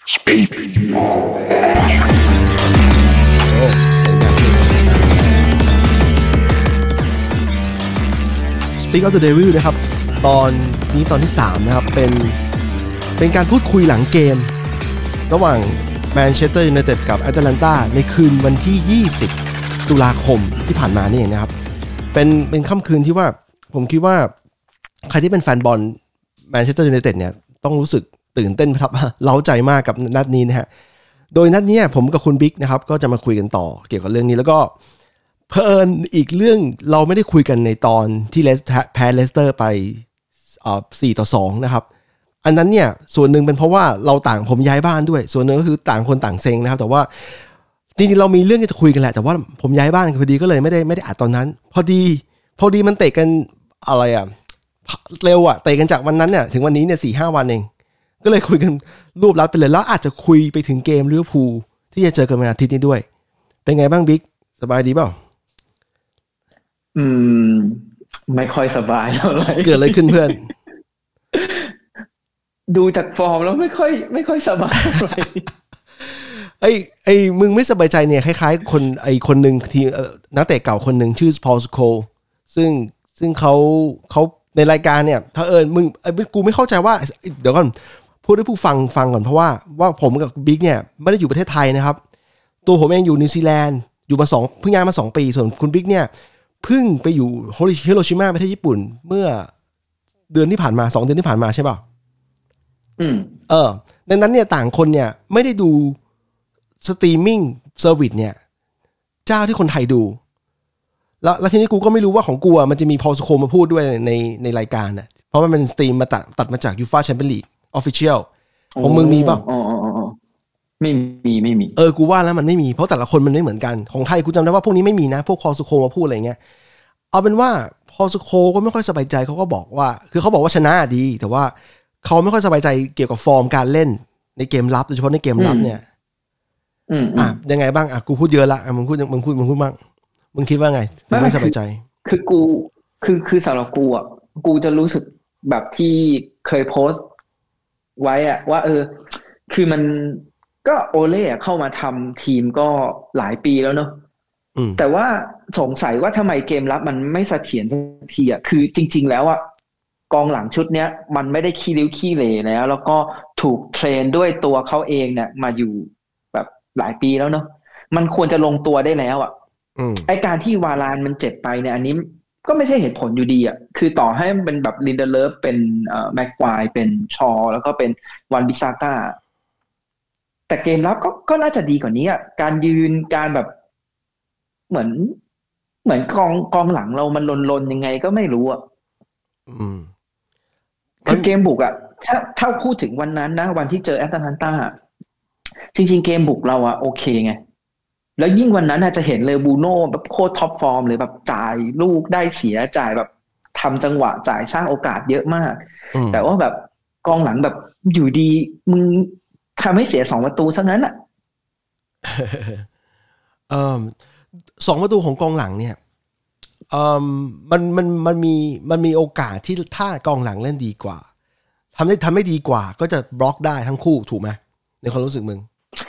Speak of the Devil นะครับตอนนี้ตอนที่3นะครับเป็นการพูดคุยหลังเกมระหว่างแมนเชสเตอร์ยูไนเต็ดกับแอตแลนตาในคืนวันที่20ตุลาคมที่ผ่านมานี่เองนะครับเป็นค่ำคืนที่ว่าผมคิดว่าใครที่เป็นแฟนบอลแมนเชสเตอร์ยูไนเต็ดเนี่ยต้องรู้สึกตื่นเต้นครับเร้าใจมากกับนัดนี้นะฮะโดยนัดนี้ผมกับคุณบิ๊กนะครับก็จะมาคุยกันต่อเกี่ยวกับเรื่องนี้แล้วก็เพิ่นอีกเรื่องเราไม่ได้คุยกันในตอนที่แพ้เลสเตอร์ไป4-2นะครับอันนั้นเนี่ยส่วนหนึ่งเป็นเพราะว่าเราผมย้ายบ้านด้วยส่วนหนึ่งก็คือต่างคนต่างเซ็งนะครับแต่ว่าจริงๆเรามีเรื่องจะคุยกันแหละแต่ว่าผมย้ายบ้านพอดีก็เลยไม่ได้อัดตอนนั้นพอดีมันเตะกันอะไรอ่ะเร็วอ่ะเตะกันจากวันนั้นเนี่ยถึงวันนี้เนี่ย 4-5 วันเองก็เลยคุยกันรวบรัดไปเลยแล้วอาจจะคุยไปถึงเกมลิเวอร์พูลที่จะเจอกันวันอาทิตย์นี้ด้วยเป็นไงบ้างบิ๊กสบายดีเปล่าไม่ค่อยสบายเท่าไหร่เกิดอะไรขึ้นเพื่อนดูจากฟอร์มแล้วไม่ค่อยสบายเท่าไหร่ไอ้มึงไม่สบายใจเนี่ยคล้ายๆคนหนึ่งทีนักเตะเก่าคนหนึ่งชื่อพอลสโคซึ่งเขาในรายการเนี่ยถ้ามึงกูไม่เข้าใจว่าเดี๋ยวก่อนพูดให้ผู้ฟังก่อนเพราะว่าผมกับบิ๊กเนี่ยไม่ได้อยู่ประเทศไทยนะครับตัวผมเองอยู่นิวซีแลนด์อยู่มาเพิ่งย้ายมา2 ปีส่วนคุณบิ๊กเนี่ยเพิ่งไปอยู่ฮิโรชิมาประเทศญี่ปุ่นเมื่อ2 เดือนที่ผ่านมาใช่ป่ะดังนั้นเนี่ยต่างคนเนี่ยไม่ได้ดูสตรีมมิ่งเซอร์วิสเนี่ยเจ้าที่คนไทยดูแล้วทีนี้กูก็ไม่รู้ว่าของกูมันจะมีพอลสโคมาพูดด้วยในรายการน่ะเพราะมันเป็นสตรีมมาตัดมาจาก UEFA Champions League Official ของมึงมีป่ะไม่มีกูว่าแล้วมันไม่มีเพราะแต่ละคนมันไม่เหมือนกันของไทยกูจำได้ว่าพวกนี้ไม่มีนะพวกพอลสโคมาพูดอะไรเงี้ยเอาเป็นว่าพอลสโคก็ไม่ค่อยสบายใจเขาก็บอกว่าคือเขาบอกว่าชนะดีแต่ว่าเขาไม่ค่อยสบายใจเกี่ยวกับฟอร์มการเล่นในเกมรับโดยเฉพาะในเกมรับเนี่ยยังไงบ้างกูพูดเยอะละมึงพูดบ้างมึงคิดว่าไงไม่สบายใจคือกูคือสำหรับกูจะรู้สึกแบบที่เคยโพสต์ไว้ว่าคือมันก็โอเล่เข้ามาทำทีมก็หลายปีแล้วเนอะแต่ว่าสงสัยว่าทำไมเกมรับมันไม่เสถียรสักทีคือจริงๆแล้วกองหลังชุดเนี้ยมันไม่ได้ขี้ริ้วขี้เหร่แล้วก็ถูกเทรนด้วยตัวเขาเองเนี่ยมาอยู่แบบหลายปีแล้วเนอะมันควรจะลงตัวได้แล้วไอการที่วารานมันเจ็บไปเนี่ยอันนี้ก็ไม่ใช่เหตุผลอยู่ดีคือต่อให้มันเป็นแบบลินเดเลฟเป็นแม็กควายเป็นชอแล้วก็เป็นวันบิซาก้าแต่เกมรับก็น่าจะดีกว่านี้การยืนการแบบเหมือนกองหลังเรามันลนยังไงก็ไม่รู้คือเกมบุกถ้าพูดถึงวันนั้นนะวันที่เจอแอตแลนตาจริงๆเกมบุกเราโอเคไงแล้วยิ่งวันนั้นจะเห็นเลยบูโน่แบบโคตรท็อปฟอร์มเลยแบบจ่ายลูกได้เสียจ่ายแบบทำจังหวะจ่ายสร้างโอกาสเยอะมากแต่ว่าแบบกองหลังแบบอยู่ดีมึงทำให้เสีย2 ประตูซะงั้น 2 ประตูของกองหลังเนี่ยมันมีโอกาสที่ถ้ากองหลังเล่นดีกว่าทำได้ดีกว่าก็จะบล็อกได้ทั้งคู่ถูกไหมในความรู้สึกมึง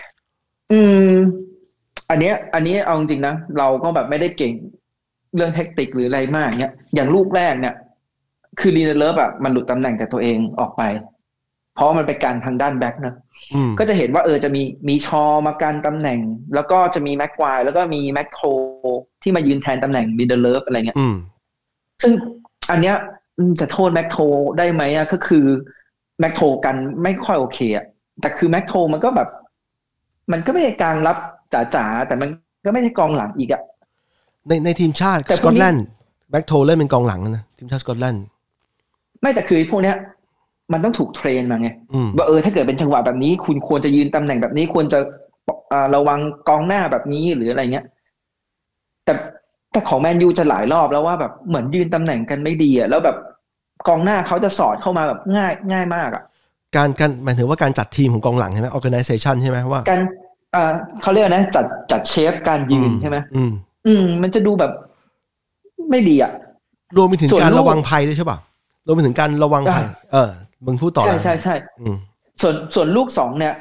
อันนี้เอาจริงๆนะเราก็แบบไม่ได้เก่งเรื่องเทคนิคหรืออะไรมากเนี่ยอย่างลูกแรกเนี่ยคือลีเนเลิฟมันหลุดตำแหน่งจากตัวเองออกไปเพราะมันไปกันทางด้านแบ็คนะก็จะเห็นว่าจะมีชอมากันตำแหน่งแล้วก็จะมีแม็กควายแล้วก็มีแม็กโทที่มายืนแทนตำแหน่งลีเนเลิฟอะไรเงี้ยซึ่งอันเนี้ยจะโทษแม็กโทได้ไหมก็คือแม็กโทกันไม่ค่อยโอเคแต่คือแม็กโทมันก็แบบมันก็ไม่ใช่กลางรับจ๋าแต่มันก็ไม่ใช่กองหลังอีกในทีมชาติสกอตแลนด์แบ็คโทเล่นเป็นกองหลังนะทีมชาติสกอตแลนด์ไม่แต่คือพวกเนี้ยมันต้องถูกเทรนมาไงว่าถ้าเกิดเป็นจังหวะแบบนี้คุณควรจะยืนตำแหน่งแบบนี้ควรจะระวังกองหน้าแบบนี้หรืออะไรเงี้ยแต่ของแมนยูจะหลายรอบแล้วว่าแบบเหมือนยืนตำแหน่งกันไม่ดีแล้วแบบกองหน้าเขาจะสอดเข้ามาแบบง่ายมากการหมายถึงว่าการจัดทีมของกองหลังใช่ไหม organization ใช่ไหมว่าการเขาเรียกนะจัดเชฟการยืนใช่ไหมมันจะดูแบบไม่ดีรวมไปถึงการระวังภัยด้วยใช่ป่ะรวมไปถึงการระวังภัยมึงพูดต่อใช่ส่วนลูก2เนี่ย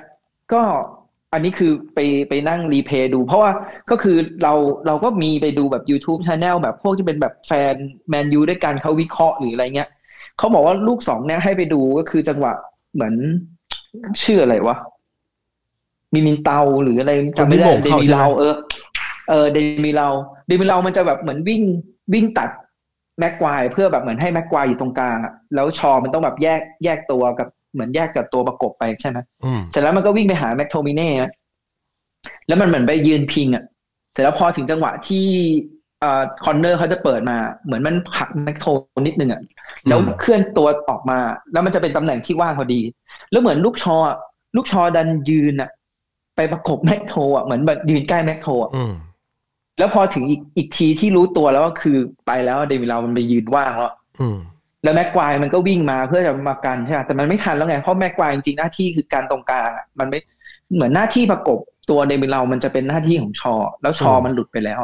ก็อันนี้คือไปนั่งรีเพลย์ดูเพราะว่าก็คือเราก็มีไปดูแบบ YouTube Channel แบบพวกที่เป็นแบบแฟนแมนยูด้วยกันเขาวิเคราะห์หรืออะไรเงี้ยเขาบอกว่าลูกสองเนี่ยให้ไปดูก็คือจังหวะเหมือนชื่ออะไรวะมินเตาหรืออะไรจำไม่ได้เดมิเลาเดมิเลามันจะแบบเหมือนวิ่งตัดแม็กควายเพื่อแบบเหมือนให้แม็กควายอยู่ตรงกลางอ่ะแล้วชอมันต้องแบบแยกตัวกับเหมือนแยกกับตัวประกบไปใช่ไหมเสร็จแล้วมันก็วิ่งไปหาแม็กโทมิเน่แล้วมันเหมือนไปยืนพิงอ่ะเสร็จแล้วพอถึงจังหวะที่คอนเนอร์เขาจะเปิดมาเหมือนมันผลักแม็กโทนิดนึงอ่ะแล้วเคลื่อนตัวออกมาแล้วมันจะเป็นตำแหน่งที่ว่างพอดีแล้วเหมือนลูกชอดันยืนอ่ะไปประกบแม็กโทอ่ะเหมือนแบบยืนใกล้แม็กโทอ่ะแล้วพอถึงอีกทีที่รู้ตัวแล้วก็คือไปแล้วเดวิดเรามันไปยืนว่างแล้วแม็กควายมันก็วิ่งมาเพื่อจะมากันใช่ไหมแต่มันไม่ทันแล้วไงเพราะแม็กควายจริงๆหน้าที่คือการตรงกลางมันไม่เหมือนหน้าที่ประกบตัวเดวิดเรามันจะเป็นหน้าที่ของชอแล้วชอมันหลุดไปแล้ว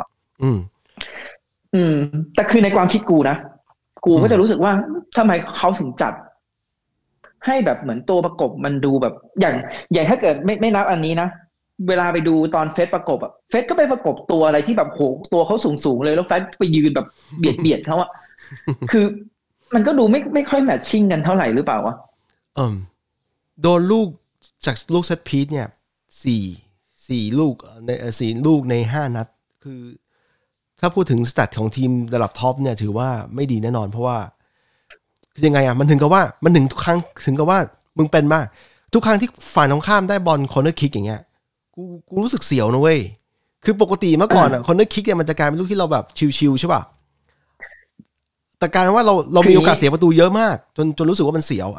แต่คือในความคิดกูนะกูก็จะรู้สึกว่าทำไมเขาถึงจัดให้แบบเหมือนตัวประกบมันดูแบบอย่างถ้าเกิดไม่นับอันนี้นะเวลาไปดูตอนเฟสประกบเฟสก็ไปประกบตัวอะไรที่แบบโหตัวเขาสูงเลยแล้วเฟสไปยืนแบบเบียดเขาคือมันก็ดูไม่ค่อยแมทชิ่งกันเท่าไหร่หรือเปล่าวะโดนลูกจากลูกเซตพีซเนี่ยสี่ลูกใน4 ลูกใน 5 นัดคือถ้าพูดถึงสแตทของทีมระดับท็อปเนี่ยถือว่าไม่ดีแน่นอนเพราะว่ายังไงมันถึงกับว่ามันทุกครั้งถึงกับว่ามึงเป็นมากทุกครั้งที่ฝ่ายตรงข้ามได้บอลคอร์เนอร์คิกอย่างเงี้ยกูรู้สึกเสียวนะเว้ยคือปกติเมื่อก่อนคอร์เนอร์คิกเนี่ยมันจะกลายเป็นลูกที่เราแบบชิวๆใช่ป่ะแต่การว่าเรามีโอกาสเสียประตูเยอะมากจนรู้สึกว่ามันเสียว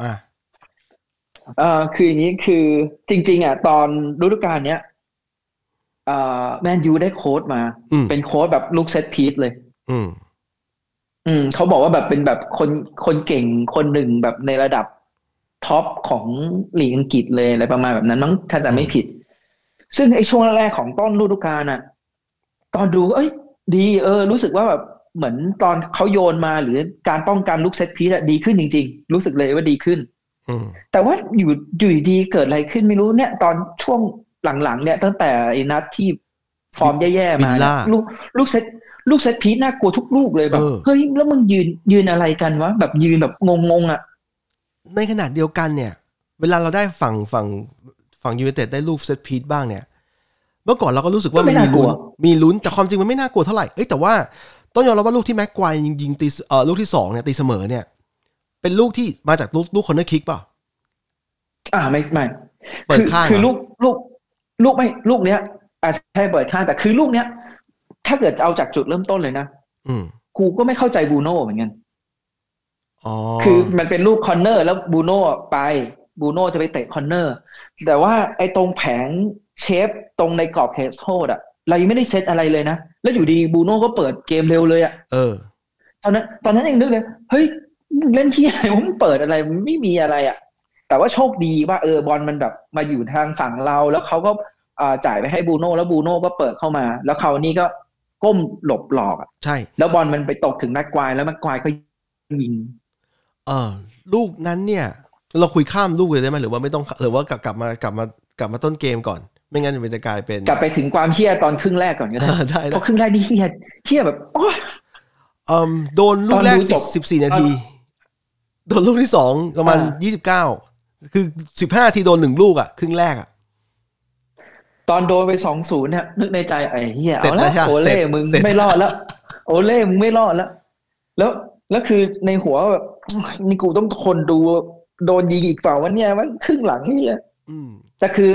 คืออย่างนี้คือจริงๆตอนฤดูกาลเนี้ยแมนยูได้โค้ชมาเป็นโค้ชแบบลูกเซตพีซเลยเขาบอกว่าแบบเป็นแบบคนเก่งคนหนึ่งแบบในระดับท็อปของลีกอังกฤษเลยอะไรประมาณแบบนั้นมั้งถ้าจะไม่ผิดซึ่งไอ้ช่วงแรกของต้นฤดูกาลตอนดูดีรู้สึกว่าแบบเหมือนตอนเขาโยนมาหรือการป้องกันลูกเซตพีซดีขึ้นจริงๆรู้สึกเลยว่าดีขึ้นแต่ว่าอยู่ดีเกิดอะไรขึ้นไม่รู้เนี่ยตอนช่วงหลังๆเนี่ยตั้งแต่ไอ้นัดที่ฟอร์มแย่ๆมาลูกเซตพีซน่ากลัวทุกลูกเลยแบบเฮ้ยแล้วมึงยืนอะไรกันวะแบบยืนแบบงงในขนาดเดียวกันเนี่ยเวลาเราได้ฝั่งยูไนเต็ดได้ลูกเซตพีซบ้างเนี่ยเมื่อก่อนเราก็รู้สึกว่ามันมีลุ้นแต่ความจริงมันไม่น่ากลัวเท่าไหร่แต่ว่าต้องยอมรับว่าลูกที่แม็กควายยิงตีลูกที่2เนี่ยตีเสมอเนี่ยเป็นลูกที่มาจากลูกคอร์เนอร์คิกป่ะไม่เปิดข้างคือลูกไม่ลูกเนี้ยใช่เปิดข้างแต่คือลูกเนี้ยถ้าเกิดเอาจากจุดเริ่มต้นเลยนะกูก็ไม่เข้าใจบูโน่เหมือนกันคือมันเป็นลูกคอนเนอร์แล้วบูโน่จะไปเตะคอนเนอร์แต่ว่าไอ้ตรงแผงเชฟตรงในกรอบเขตโทษเรายังไม่ได้เซตอะไรเลยนะแล้วอยู่ดีบูโน่ก็เปิดเกมเร็วเลยตอนนั้นยังนึกเลยเฮ้ยเล่นที่ไหนมันเปิดอะไรมันไม่มีอะไรแต่ว่าโชคดีว่าบอลมันแบบมาอยู่ทางฝั่งเราแล้วเขาก็จ่ายไปให้บูโน่แล้วบูโน่ก็เปิดเข้ามาแล้วเขานี่ก็ก้มหลบหลอกใช่แล้วบอลมันไปตกถึงแม็กควายแล้วแม็กควายก็ยิงลูกนั้นเนี่ยเราคุยข้ามลูกเลยได้ไหมหรือว่าไม่ต้องหรือว่ากลับมาต้นเกมก่อนไม่งั้นมันจะกลายเป็นกลับไปถึงความเหี้ยตอนครึ่งแรกก่อนก็ได้เพราะครึ่งแรกนี่เหี้ยแบบโดนลูกแรก14 นาทีโดนลูกที่2ประมาณ29คือ15 นาทีโดน1 ลูกครึ่งแรกตอนโดนไป 2-0 เนี่ยนึกในใจไอ้เหี้ยเอาละโอเล่มึงไม่รอดแล้วโอเล่มึงไม่รอดแล้วคือในหัวแบบนี่กูต้องทนดูโดนยิงอีกเปล่าวะเนี่ยมันครึ่งหลังเนี่ยแต่คือ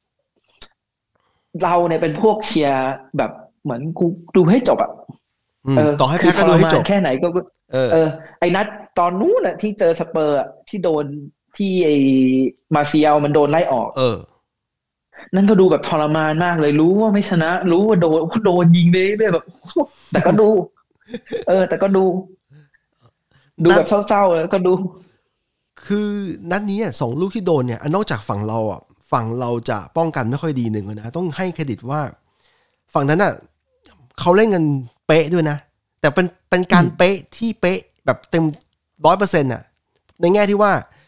เราเนี่ยเป็นพวกเชียร์แบบเหมือนกูดูให้จบต่อให้แพ้ก็ดูให้จบแค่ไหนก็ไอ้นัดตอนนู้นที่เจอสเปอร์ที่โดนที่ไอ้มาเซียลมันโดนไล่ออกนั่นก็ดูแบบทรมานมากเลยรู้ว่าไม่ชนะรู้ว่าโดนยิงไปแบบแต่ก็ดูแต่ก็ดูแบบเศร้าๆเลยก็ดูคือนัดนี้2 ลูกที่โดนเนี่ยนอกจากฝั่งเราจะป้องกันไม่ค่อยดีหนึ่งนะต้องให้เครดิตว่าฝั่งนั้นเขาเล่นกันเป๊ะด้วยนะแต่เป็นการเป๊ะที่เป๊ะแบบเต็ม 100% ในแง่ที่ว่า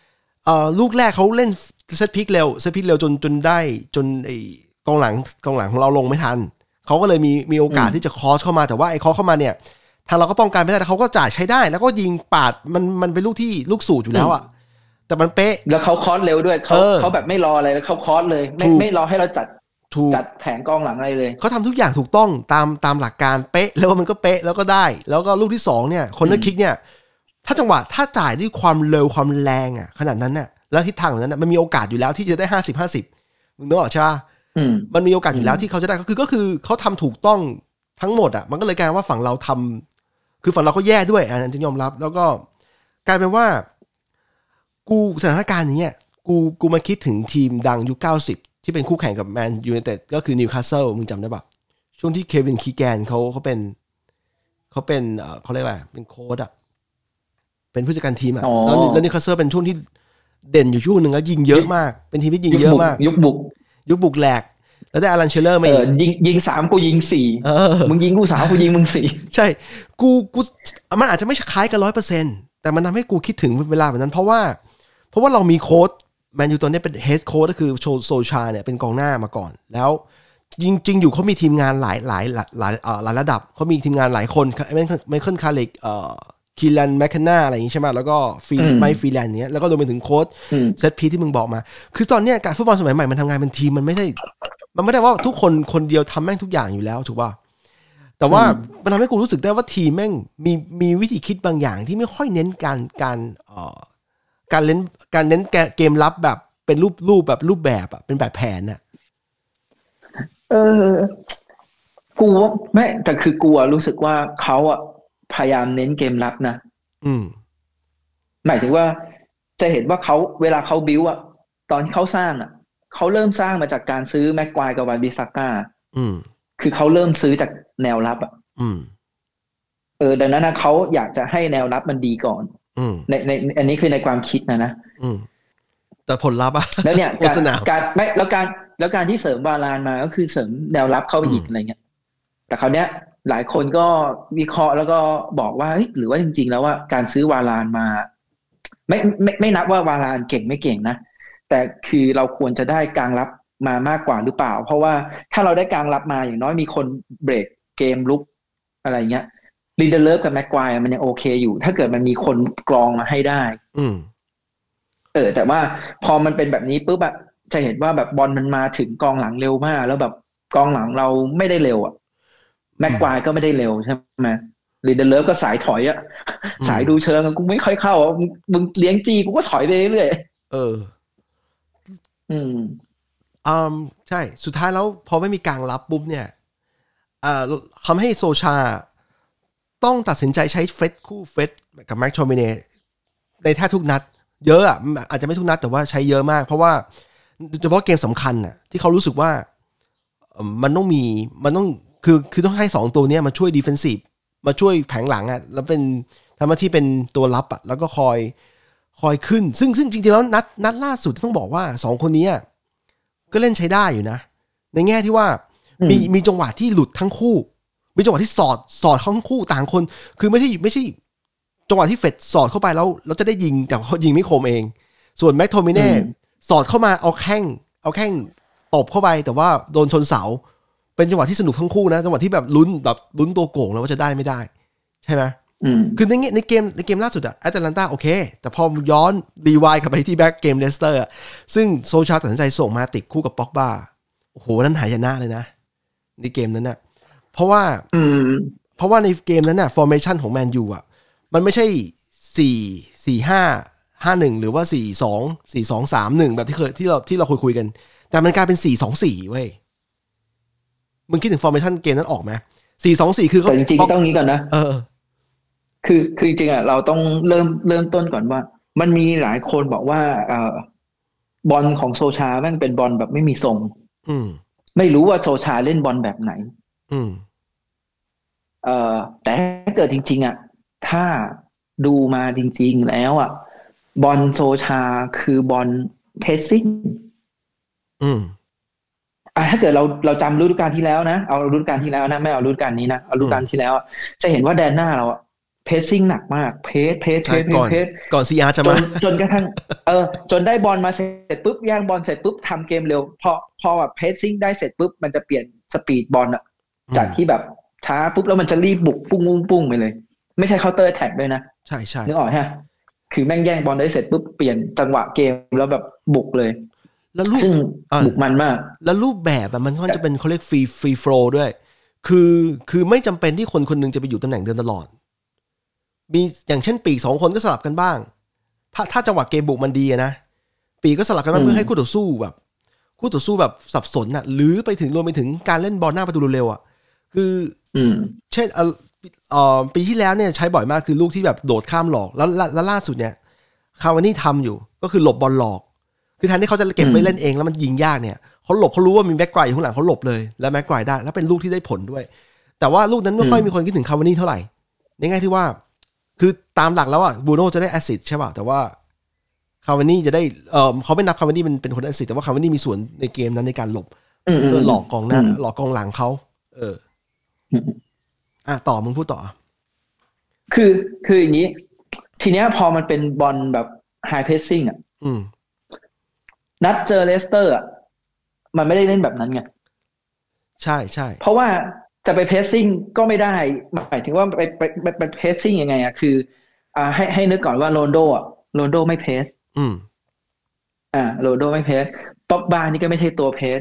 ลูกแรกเขาเล่นเซตพลิกเร็วจนได้จนไอ้กองหลังของเราลงไม่ทันเขาก็เลยมีโอกาสที่จะคอสเข้ามาแต่ว่าไอ้คอสเข้ามาเนี่ยทางเราก็ป้องกันไม่ได้แต่เขาก็จ่ายใช้ได้แล้วก็ยิงปาดมันเป็นลูกที่ลูกสูตรอยู่แล้วอ่ะแต่มันเป๊ะแล้วเขาคอสเร็วด้วยเขาแบบไม่รออะไรแล้วเขาคอสเลยไม่รอให้เราจัดแผงกองหลังอะไรเลยเขาทำทุกอย่างถูกต้องตามหลักการเป๊ะแล้วมันก็เป๊ะแล้วก็ได้แล้วก็ลูกที่2เนี่ยคนนักคิกเนี่ยถ้าจังหวะถ้าจ่ายด้วยความเร็วความแรงอ่ะขนาดนั้นน่ะแล้วทิศทางแบบนั้นน่ะมันมีโอกาสอยู่แล้วที่จะได้50-50มึงนึกออกใช่ป่ะมันมีโอกาสอยู่แล้วที่เขาจะได้ก็คือเขาทำถูกต้องทั้งหมดอ่ะมันก็เลยกลายว่าฝั่งเราทำคือฝั่งเราก็แย่ด้วยอันนั้นจะยอมรับแล้วก็กลายเป็นว่ากูสถานการณ์นี้เนี่ยกูมาคิดถึงทีมดังยุค90ที่เป็นคู่แข่งกับแมนยูไนเต็ดก็คือนิวคาสเซิลมึงจำได้ป่ะช่วงที่เควินคีแกนเขาเป็นเขาเรียกอะไรเป็นโค้ชอ่ะเป็นผู้จัดการทีมอ่ะแล้วนิวคาสเซิลเป็นช่วงที่เด่นอยู่ช่วงนึงแล้วยิงเยอะมากเป็นทีมที่ยิงเยอะมากยุคบุกแหลกแล้วได้อารันเชลเลอร์มายิง3กูยิง4มึงยิงกู3กูยิงมึง4 ใช่กูมันอาจจะไม่คล้ายกัน 100% แต่มันทำให้กูคิดถึงเวลาแบบนั้นเพราะว่าเรามีโค้ชแมนยูตอนนี้เป็นเฮดโค้ชก็คือโซชาเนี่ยเป็นกองหน้ามาก่อนแล้วจริงอยู่เขามีทีมงานหลายระดับเขามีทีมงานหลายคนไมเคิลคาร์เล็กคีแลนแมคเคนนาอะไรอย่างนี้ใช่ไหมแล้วก็ไมค์ฟรีแลนด์เนี้ยแล้วก็รวมไปถึงโค้ชเซตพีที่มึงบอกมาคือตอนเนี้ยการฟุตบอลสมัยใหม่มันทำงานเป็นทีมมันไม่ได้ว่าทุกคนเดียวทำแม่งทุกอย่างอยู่แล้วถูกป่ะแต่ว่ามันทำให้กูรู้สึกได้ว่าทีมแม่งมีวิธีคิดบางอย่างที่ไม่ค่อยเน้นการเน้นเกมรับแบบเป็นรูปแบบอ่ะเป็นแบบแผนอ่ะกูไม่แต่คือกูรู้สึกว่าเขาอ่ะพยายามเน้นเกมรับนะหมายถึงว่าจะเห็นว่าเขาเวลาเขาบิวอ่ะตอนที่เขาสร้างอ่ะเขาเริ่มสร้างมาจากการซื้อแม็กควายกับวานบิซาก้าคือเขาเริ่มซื้อจากแนวรับอ่ะดังนั้นนะเขาอยากจะให้แนวรับมันดีก่อนในอันนี้คือในความคิดนะแต่ผลลัพธ์อะแล้วเนี่ยการไม่แล้วการที่เสริมวาลานมาก็คือเสริมแนวรับเข้าไปอีกอะไรเงี้ยแต่คราวเนี้ยหลายคนก็วิเคราะห์แล้วก็บอกว่าหรือว่าจริงๆแล้วว่าการซื้อวาลานมาไม่นับว่าวาลานเก่งไม่เก่งนะแต่คือเราควรจะได้กลางรับมามากกว่าหรือเปล่าเพราะว่าถ้าเราได้กลางรับมาอย่างน้อยมีคนเบรกเกมลุกอะไรเงี้ยลินเดเลฟกับแม็กควายมันยังโอเคอยู่ถ้าเกิดมันมีคนกรองมาให้ได้แต่ว่าพอมันเป็นแบบนี้ปุ๊บอะจะเห็นว่าแบบบอลมันมาถึงกองหลังเร็วมากแล้วแบบกองหลังเราไม่ได้เร็วอะแม็กควายก็ไม่ได้เร็วใช่ไหมลินเดเลฟก็สายถอยอะสายดูเชิงกูไม่ค่อยเข้ามึงเลี้ยงจีกูก็ถอยไปเรื่อยใช่สุดท้ายแล้วพอไม่มีกลางรับปุ๊บเนี่ยทำให้โซชาต้องตัดสินใจใช้เฟรดกับแม็กโทมิเน่ในแทบทุกนัดเยอะอ่ะอาจจะไม่ทุกนัดแต่ว่าใช้เยอะมากเพราะว่าเฉพาะเกมสำคัญน่ะที่เขารู้สึกว่ามันต้องคือต้องให้2ตัวนี้มาช่วยดีเฟนซีฟมาช่วยแผงหลังอ่ะแล้วเป็นทำหน้าที่เป็นตัวรับอ่ะแล้วก็คอยขึ้นซึ่งจริงๆแล้วนัดล่าสุดต้องบอกว่า2คนนี้ก็เล่นใช้ได้อยู่นะในแง่ที่ว่ามีจังหวะที่หลุดทั้งคู่มีจังหวะที่สอดทั้งคู่ต่างคนคือไม่ใช่จังหวะที่เฟดสอดเข้าไปแล้วเราจะได้ยิงแต่เขายิงไม่คมเองส่วนแม็กโทมิเน่สอดเข้ามาเอาแข้งตบเข้าไปแต่ว่าโดนชนเสาเป็นจังหวะที่สนุกทั้งคู่นะจังหวะที่แบบลุ้นตัวโก่งแล้วว่าจะได้ไม่ได้ใช่ไหมคือในเกมล่าสุดอะแอตแลนตาโอเคแต่พอย้อนรีไวด์กลับไปที่แบ็กเกมเลสเตอร์ซึ่งโซชาตัดสินใจส่งมาติดคู่กับป็อกบ้าโอ้โหนั่นหายนะเลยนะในเกมนั้นน่ะเพราะว่าในเกมนั้นน่ะฟอร์เมชันของแมนยูอะมันไม่ใช่4-4-5-5-1หรือว่า4-2-3-1แบบที่เราคุยกันแต่มันกลายเป็น4-2-4เว้ยมึงคิดถึงฟอร์เมชันเกมนั้นออกไหม4-2-4คือเขาจริงๆต้องนี้ก่อนนะคือจริงๆเราต้องเริ่มต้นก่อนว่ามันมีหลายคนบอกว่าบอลของโซชาแม่งเป็นบอลแบบไม่มีทรงไม่รู้ว่าโซชาเล่นบอลแบบไหนแต่ถ้าเกิดจริงๆถ้าดูมาจริงๆแล้วบอลโซชาคือบอลเพสซิ่งถ้าเกิดเราจำฤดูกาลที่แล้วนะเอาฤดูกาลที่แล้วนะไม่เอาฤดูกาลนี้นะเอาฤดูกาลที่แล้วจะเห็นว่าแดนหน้าเราเพสซิ่งหนักมากก่อน CR จะมาจนกระทั่งจนได้บอลมาเสร็จปุ๊บย่างบอลเสร็จปุ๊บทำเกมเร็วพอแบบเพสซิ่งได้เสร็จปุ๊บมันจะเปลี่ยนสปีดบอลอะจากที่แบบช้าปุ๊บแล้วมันจะรีบบุกปุ้งไปเลยไม่ใช่เคาน์เตอร์แอทแทกด้วยนะใช่นึกออกฮะคือแม่งแย่งบอลได้เสร็จปุ๊บเปลี่ยนจังหวะเกมแล้วแบบบุกเลยแล้วซึ่งบุกมันมากแล้วรูปแบบมันค่อนจะเป็นเขาเรียกฟรีโฟลด้วยคือไม่จำเป็นที่คนนึงจะไปอยู่ตำแหน่งเดิมตลอดมีอย่างเช่นปีก2คนก็สลับกันบ้างถ้าจังหวะเกมบุกมันดีนะปีกก็สลับกันบ้างเพื่อให้คู่ต่อสู้แบบสับสนหรือไปถึงรวมไปถึงการเล่นบอลหน้าประตูเร็วคือเช่นปีที่แล้วเนี่ยใช้บ่อยมากคือลูกที่แบบโดดข้ามหลอกแล้วล่าสุดเนี่ยคาวานี่ทำอยู่ก็คือหลบบอลหลอกคือแทนที่เขาจะเก็บไว้เล่นเองแล้วมันยิงยากเนี่ยเขาหลบเขารู้ว่ามีแบ็คไกรอยู่ข้างหลังเขาหลบเลยแล้วแบ็คไกรได้แล้วเป็นลูกที่ได้ผลด้วยแต่ว่าลูกนั้นไม่ค่อยมีคนคิดถึงคาวานี่เท่าไหร่ในแง่ที่ว่าคือตามหลักแล้วบรูโน่จะได้แอสซิสต์ใช่ป่ะแต่ว่าคาวานี่จะได้เขาไม่นับคาวานี่เป็นคนแอสซิสต์แต่ว่าคาวานี่มีส่วนในเกมนั้นในการหลบหลอกกองหน้าหลอกกองหลังเขาต่อมึงพูดต่อคืออย่างนี้ทีเนี้ยพอมันเป็นบอลแบบไฮเพสซิ่งนัดเจอเลสเตอร์มันไม่ได้เล่นแบบนั้นไงใช่เพราะว่าจะไปเพสซิ่งก็ไม่ได้หมายถึงว่าไปเพสซิ่งยังไงคือให้นึกก่อนว่าโรนโดไม่เพสโรนโดไม่เพสป็อกบานี่ก็ไม่ใช่ตัวเพส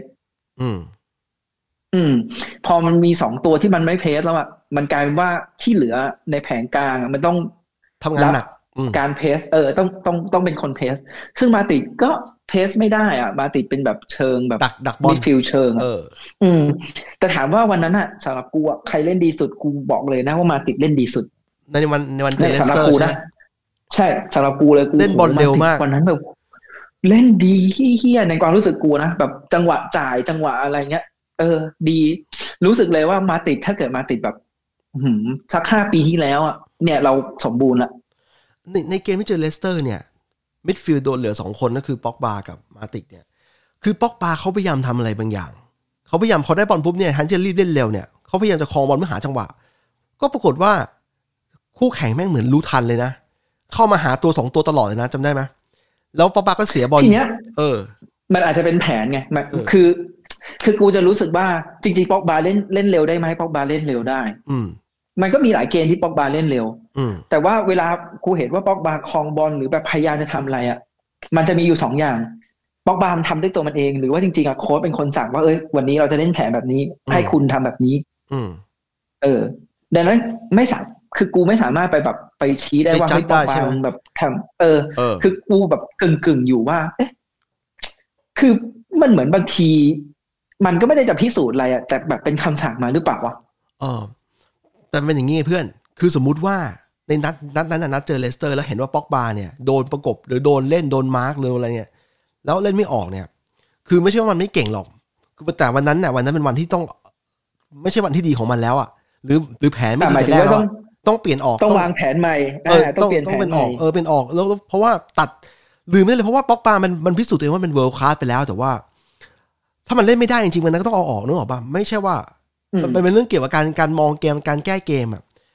พอมันมี2ตัวที่มันไม่เพสแล้วมันกลายเป็นว่าที่เหลือในแผงกลางมันต้องทำงานหนักการเพสต้องเป็นคนเพสซึ่งมาติดก็เพสไม่ได้มาติดเป็นแบบเชิงแบบดักบอลมิดฟิลด์เชิงแต่ถามว่าวันนั้นสำหรับกูใครเล่นดีสุดกูบอกเลยนะว่ามาติดเล่นดีสุดในวันเลสเตอร์นะใช่สำหรับกูเลยกูเล่นบอลเร็วมากวันนั้นแบบเล่นดีเฮี้ยในความรู้สึกกูนะแบบจังหวะจ่ายจังหวะอะไรเงี้ยดีรู้สึกเลยว่ามาติดถ้าเกิดมาติดแบบสัก5 ปีที่แล้วเนี่ยเราสมบูรณ์ละในเกมที่เจอเลสเตอร์เนี่ยมิดฟิลด์โดนเหลือ2คนก็คือป็อกบากับมาติกเนี่ยคือป็อกบาเขาพยายามทำอะไรบางอย่างเขาพยายามพอได้บอลปุ๊บเนี่ยฮันเจอรี่เล่นเร็วเนี่ยเขาพยายามจะครองบอลเพื่อหาจังหวะก็ปรากฏว่าคู่แข่งแม่งเหมือนรู้ทันเลยนะเข้ามาหาตัว2ตัวตลอดเลยนะจำได้ไหมแล้วป็อกบาก็เสียบอลทีเนี้ยมันอาจจะเป็นแผนไงคือกูจะรู้สึกว่าจริงๆป็อกบาเล่นเร็วได้ไหมป็อกบาเล่นเร็วได้มันก็มีหลายเกมที่ป็อกบาเล่นเร็วแต่ว่าเวลากูเห็นว่าป็อกบาครองบอลหรือแบบพยายามจะทำอะไรมันจะมีอยู่2อย่างป็อกบาทำด้วยตัวมันเองหรือว่าจริงๆโค้ชเป็นคนสั่งว่าวันนี้เราจะเล่นแผนแบบนี้ให้คุณทำแบบนี้ดังนั้นไม่สามคือกูไม่สามารถไปแบบไปชี้ได้ว่าให้ป็อกบาแบบทำคือกูแบบกึ่งอยู่ว่าคือมันเหมือนบางทีมันก็ไม่ได้จะพิสูจน์อะไรแต่แบบเป็นคำสั่งมาหรือเปล่าวะแต่เป็นอย่างงี้เพื่อนคือสมมุติว่าในนัดนั้นนัดเจอเลสเตอร์แล้วเห็นว่าป็อกบาเนี่ยโดนประกบหรือโดนเล่นโดนมาร์กหรืออะไรเนี่ยแล้วเล่นไม่ออกเนี่ยคือไม่ใช่ว่ามันไม่เก่งหรอกแต่วันนั้นเป็นวันที่ต้องไม่ใช่วันที่ดีของมันแล้วหรือแผนไม่ดีแต่แรกแล้วต้องเปลี่ยนออกต้องวางแผนใหม่ต้องเปลี่ยนแผนออกเป็นออกแล้วเพราะว่าตัดลืมไม่ได้เลยเพราะว่าป็อกบามันพิสูจน์ตัวเองว่าเป็นเวิลด์คลาสไปแล้วแต่ว่าถ้ามันเล่นไม่ได้จริงๆมันก็ต้องเอาออกนึกออกป่ะไม่ใช่ว่ามันเป็นเรื่องเกี่ยวกับการมองเกมการแก้เกม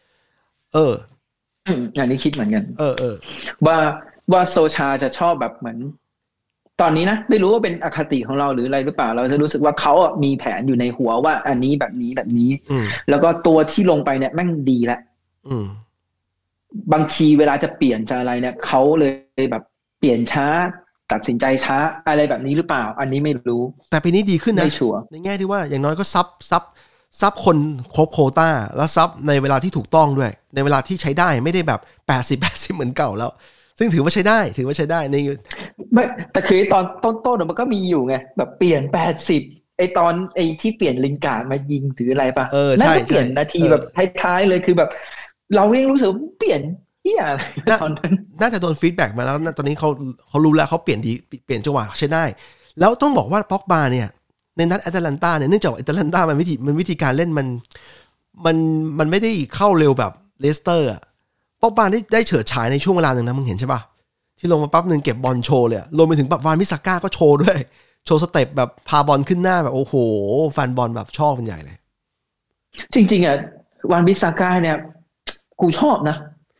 อันนี้คิดเหมือนกันว่าโซชาจะชอบแบบเหมือนตอนนี้นะไม่รู้ว่าเป็นอคติของเราหรืออะไรหรือเปล่าเราจะรู้สึกว่าเขามีแผนอยู่ในหัวว่าอันนี้แบบนี้แบบนี้แล้วก็ตัวที่ลงไปเนี่ยแม่งดีแล้วบางทีเวลาจะเปลี่ยนจะอะไรเนี่ยเขาเลยแบบเปลี่ยนช้าตัดสินใจช้าอะไรแบบนี้หรือเปล่าอันนี้ไม่รู้แต่ปีนี้ดีขึ้นนะไม่ชัวร์ในแง่ที่ว่าอย่างน้อยก็ซับคนครบโควต้าแล้วซับในเวลาที่ถูกต้องด้วยในเวลาที่ใช้ได้ไม่ได้แบบ80เหมือนเก่าแล้วซึ่งถือว่าใช้ได้ในไม่แต่คือตอนต้นมันก็มีอยู่ไงแบบเปลี่ยน80ตอนที่เปลี่ยนลิงการ์ดมายิงหรืออะไรป่ะนั่นก็เปลี่ยนนาทีแบบท้ายๆเลยคือแบบเราเองรู้สึกเปลี่ยนตอนนั้นน่าจะโดนฟีดแบ็กมาแล้วตอนนี้เขารู้แล้วเขาเปลี่ยนจังหวะใช้ได้แล้วต้องบอกว่าป็อกบาเนี่ยในนัดแอตแลนตาเนี่ยเนื่องจากแอตแลนตามันวิธีการเล่นมันไม่ได้เข้าเร็วแบบเลสเตอร์ป็อกบาได้เฉิดฉายในช่วงเวลาหนึ่งนะมึงเห็นใช่ป่ะที่ลงมาปั๊บนึงเก็บบอลโชว์เลยรวมไปถึงแบบวานมิซาก้าก็โชว์ด้วยโชว์สเต็ปแบบพาบอลขึ้นหน้าแบบโอ้โหแฟนบอลแบบชอบเป็นใหญ่เลยจริงๆวานมิซาก้าเนี่ยกูชอบนะ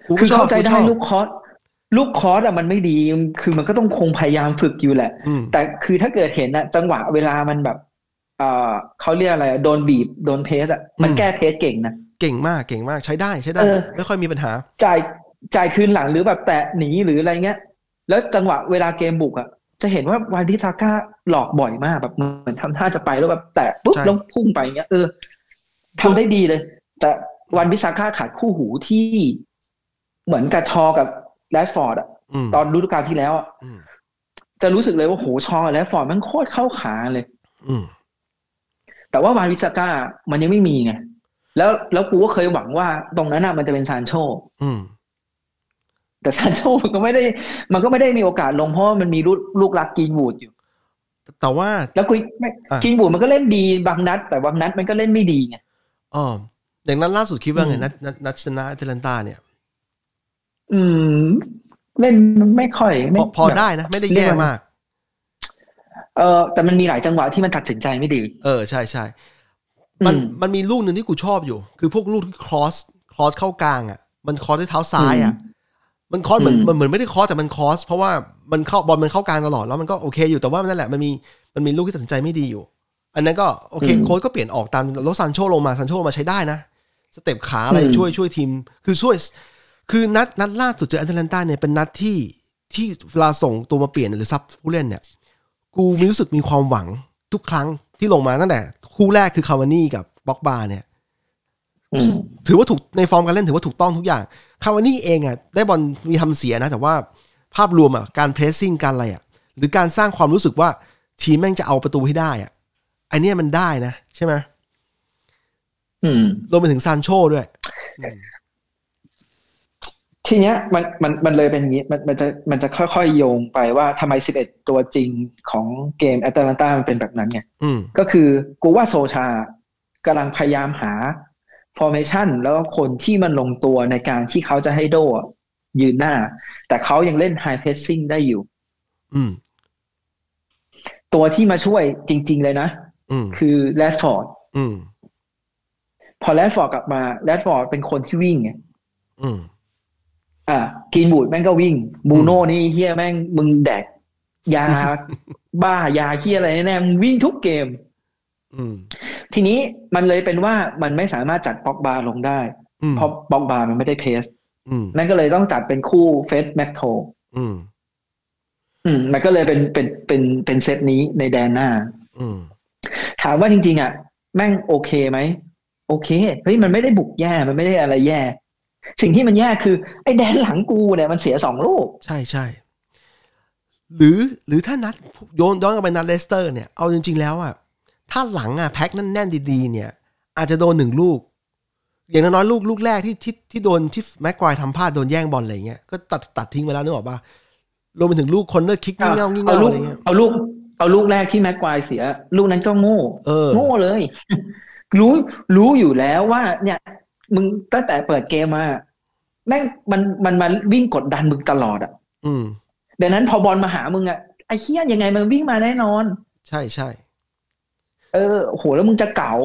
คือเข้าใจได้ลูกคอร์สอะมันไม่ดีคือมันก็ต้องคงพยายามฝึกอยู่แหละแต่คือถ้าเกิดเห็นอะจังหวะเวลามันแบบเขาเรียกอะไรโดนบีบโดนเพสอะมันแก้เพสเก่งนะเก่งมากใช้ได้ไม่ค่อยมีปัญหาจ่ายคืนหลังหรือแบบแตะหนีหรืออะไรเงี้ยแล้วจังหวะเวลาเกมบุกอะจะเห็นว่าวานิซาก้าหลอกบ่อยมากแบบเหมือนทำท่าจะไปแล้วแบบแตะปุ๊บแล้วพุ่งไปเงี้ยทำได้ดีเลยแต่วันวิซาก้าขาดคู่หูที่เหมือนกับชอกับแรชฟอร์ดอะตอนฤดูกาลที่แล้วอะจะรู้สึกเลยว่าโหชอกับแรชฟอร์ดมันโคตรเข้าขาเลยแต่ว่าวานวิซาก้ามันยังไม่มีไงแล้วกูก็เคยหวังว่าตรงนั้นน่ะมันจะเป็นซานโชแต่ซานโชมันก็ไม่ได้มีโอกาสลงเพราะมันมีลูกรักกรีนวูดอยู่แต่ว่าแล้วกรีนวูดมันก็เล่นดีบางนัดแต่บางนัดมันก็เล่นไม่ดีไงอย่างนั้นล่าสุดคิดว่าไงนัดชนะแอตแลนตาเนี่ยเล่นไม่ค่อยพอได้นะไม่ได้แย่มากแต่มันมีหลายจังหวะที่มันตัดสินใจไม่ดีใช่มันมีลูกหนึ่งที่กูชอบอยู่คือพวกลูกที่ครอสเข้ากลางอ่ะมันครอสด้วยเท้าซ้ายอ่ะมันครอสเหมือนไม่ได้ครอสแต่มันครอสเพราะว่ามันเข้าบอลมันเข้ากลางตลอดแล้วมันก็โอเคอยู่แต่ว่านั่นแหละมันมีลูกที่ตัดสินใจไม่ดีอยู่อันนั้นก็โอเคโค้ชก็เปลี่ยนออกตามแล้วซานโชลงมาใช้ได้นะสเต็ปขาอะไรช่วยทีมคือนัดล่าสุดเจอแอตแลนตาเนี่ยเป็นนัดที่เวลาส่งตัวมาเปลี่ยนหรือซับผู้เล่นเนี่ยกูรู้สึกมีความหวังทุกครั้งที่ลงมาตั้งแต่คู่แรกคือคาวานี่กับบ็อกบาเนี่ยถือว่าถูกในฟอร์มการเล่นถือว่าถูกต้องทุกอย่างคาวานี่เองอ่ะได้บอลมีทำเสียนะแต่ว่าภาพรวมอ่ะการเพรสซิ่งการอะไรอ่ะหรือการสร้างความรู้สึกว่าทีมแม่งจะเอาประตูให้ได้อ่ะไอเนี้ยมันได้นะใช่ไหมรวมไปถึงซานโชด้วยทีเนี้ยมันเลยเป็นอย่างนี้มันจะค่อยๆโยงไปว่าทำไม11ตัวจริงของเกมแอตแลนตามันเป็นแบบนั้นไงก็คือกูว่าโซชากำลังพยายามหาฟอร์เมชันแล้วก็คนที่มันลงตัวในการที่เขาจะให้โดยืนหน้าแต่เขายังเล่นไฮเพรสซิ่งได้อยู่ตัวที่มาช่วยจริงๆเลยนะคือแรดฟอร์ดพอแรดฟอร์ดกลับมาแรดฟอร์ดเป็นคนที่วิ่งไงกรีนวูดแม่งก็วิ่งบูโน่นี่เฮียแม่งมึงแดกยา บ้ายาเฮียอะไรแน่มึงวิ่งทุกเกมทีนี้มันเลยเป็นว่ามันไม่สามารถจัดป็อกบาลงได้เพราะป็อกบามันไม่ได้เพสนั่นก็เลยต้องจัดเป็นคู่เฟสแม็กโทมันก็เลยเป็นเซตนี้ในแดนหน้าถามว่าจริงๆอ่ะแม่งโอเคไหมโอเคเฮ้ยมันไม่ได้บุกแย่มันไม่ได้อะไรแย่สิ่งที่มันแย่คือไอ้แดนหลังกูเนี่ยมันเสีย2 ลูกใช่หรือถ้านัดย้อนกลับไปนัดเลสเตอร์เนี่ยเอาจริงๆแล้วอ่ะถ้าหลังอ่ะแพ็คแน่นๆดีๆเนี่ยอาจจะโดน1 ลูกอย่างน้อยๆลูกแรกที่โดนที่แม็กควายทำพลาดโดนแย่งบอลอะไรเงี้ยก็ตัดทิ้งไปแล้วนึกออกป่ะรวมไปถึงลูกคอนเนอร์คิกงี่เง่าอะไรเงี้ยเอาลูกแรกที่แม็กควายเสียลูกนั้นก็โง่เลยรู้อยู่แล้วว่าเนี่ยมึงตั้งแต่เปิดเกมมาแม่งมันมาวิ่งกดดันมึงตลอดอ่ะดังนั้นพอบอลมาหามึงอ่ะไอ้เหี้ยยังไงมันวิ่งมาแน่นอนใช่โหแล้วมึงจะเก๋า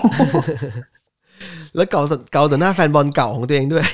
แล้วเก่าต่อหน้าแฟนบอลเก่าของตัวเองด้วย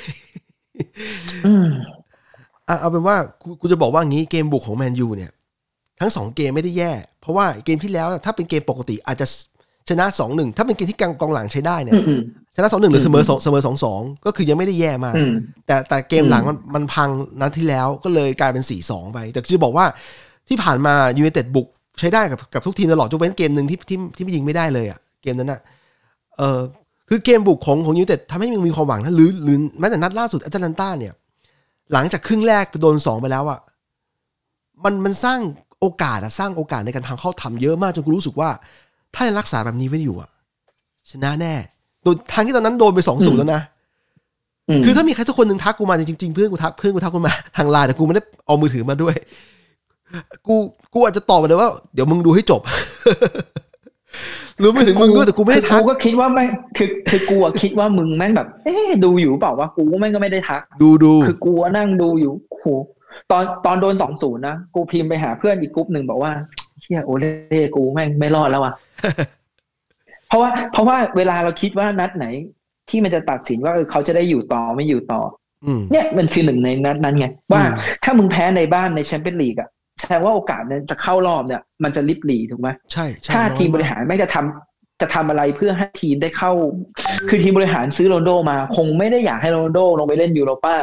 เอาเป็นว่ากูจะบอกว่างี้เกมบุกของแมนยูเนี่ยทั้ง2 เกมไม่ได้แย่เพราะว่าเกมที่แล้วถ้าเป็นเกมปกติอาจจะชนะ 2-1 ถ้าเป็นเกมที่กองหลังใช้ได้เนี่ยชนะ 2-1 หรือเสมอ 2-2 ก็คือยังไม่ได้แย่มากแต่เกมหลังมันพังนัดที่แล้วก็เลยกลายเป็น 4-2 ไปแต่จะบอกว่าที่ผ่านมายูไนเต็ดบุกใช้ได้กับทุกทีมตลอดยกเว้นเกมนึงที่ยิงไม่ได้เลยอ่ะเกมนั้นน่ะคือเกมบุกของยูไนเต็ดทำให้มีความหวังนะหรือแม้แต่นัดล่าสุดแอตแลนตาเนี่ยหลังจากครึ่งแรกไปโดน2ไปแล้วอ่ะมันสร้างโอกาสในการทางเข้าทำเยอะมากจนกูรู้สึกว่าถ้ายังรักษาแบบนี้ไว้อยู่อ่ะชนะแน่โดนทางที่ตอนนั้นโดนไป 2-0 แล้วนะคือถ้ามีใครสักคนนึงทักกูมาจริงๆเพื่อนกูทักกูมาทางไลน์แต่กูไม่ได้เอามือถือมาด้วยกูอาจจะตอบไปเลยว่าเดี๋ยวมึงดูให้จบรู้ไม่ถึงมึงด้วยแต่กูไม่ได้ทักกูก็คิดว่าไม่คือกูคิดว่ามึงแม่งแบบดูอยู่เปล่าวะกูแม่งก็ไม่ได้ทักดูคือกูนั่งดูอยู่โหตอนโดน 2-0 นะกูพิมพ์ไปหาเพื่อนอีกกลุ่มนึงบอกว่าเหี้ยโอเล่กูแม่งไม่รอดแล้วว่ะ เพราะว่าเวลาเราคิดว่านัดไหนที่มันจะตัดสินว่าเขาจะได้อยู่ต่อไม่อยู่ต่อเนี่ยมันคือหนึ่งในนั้นไงว่าถ้ามึงแพ้ในบ้านในแชมเปี้ยนลีกอ่ะแสดงว่าโอกาสเนี่ยจะเข้ารอบเนี่ยมันจะลิบหลีถูกไหมใช่ถ้าทีมบริหารไม่จะทำอะไรเพื่อให้ทีมได้เข้าคือทีมบริหารซื้อโรนัลโดมาคงไม่ได้อยากให้โรนัลโดลงไปเล่นยูโรป้า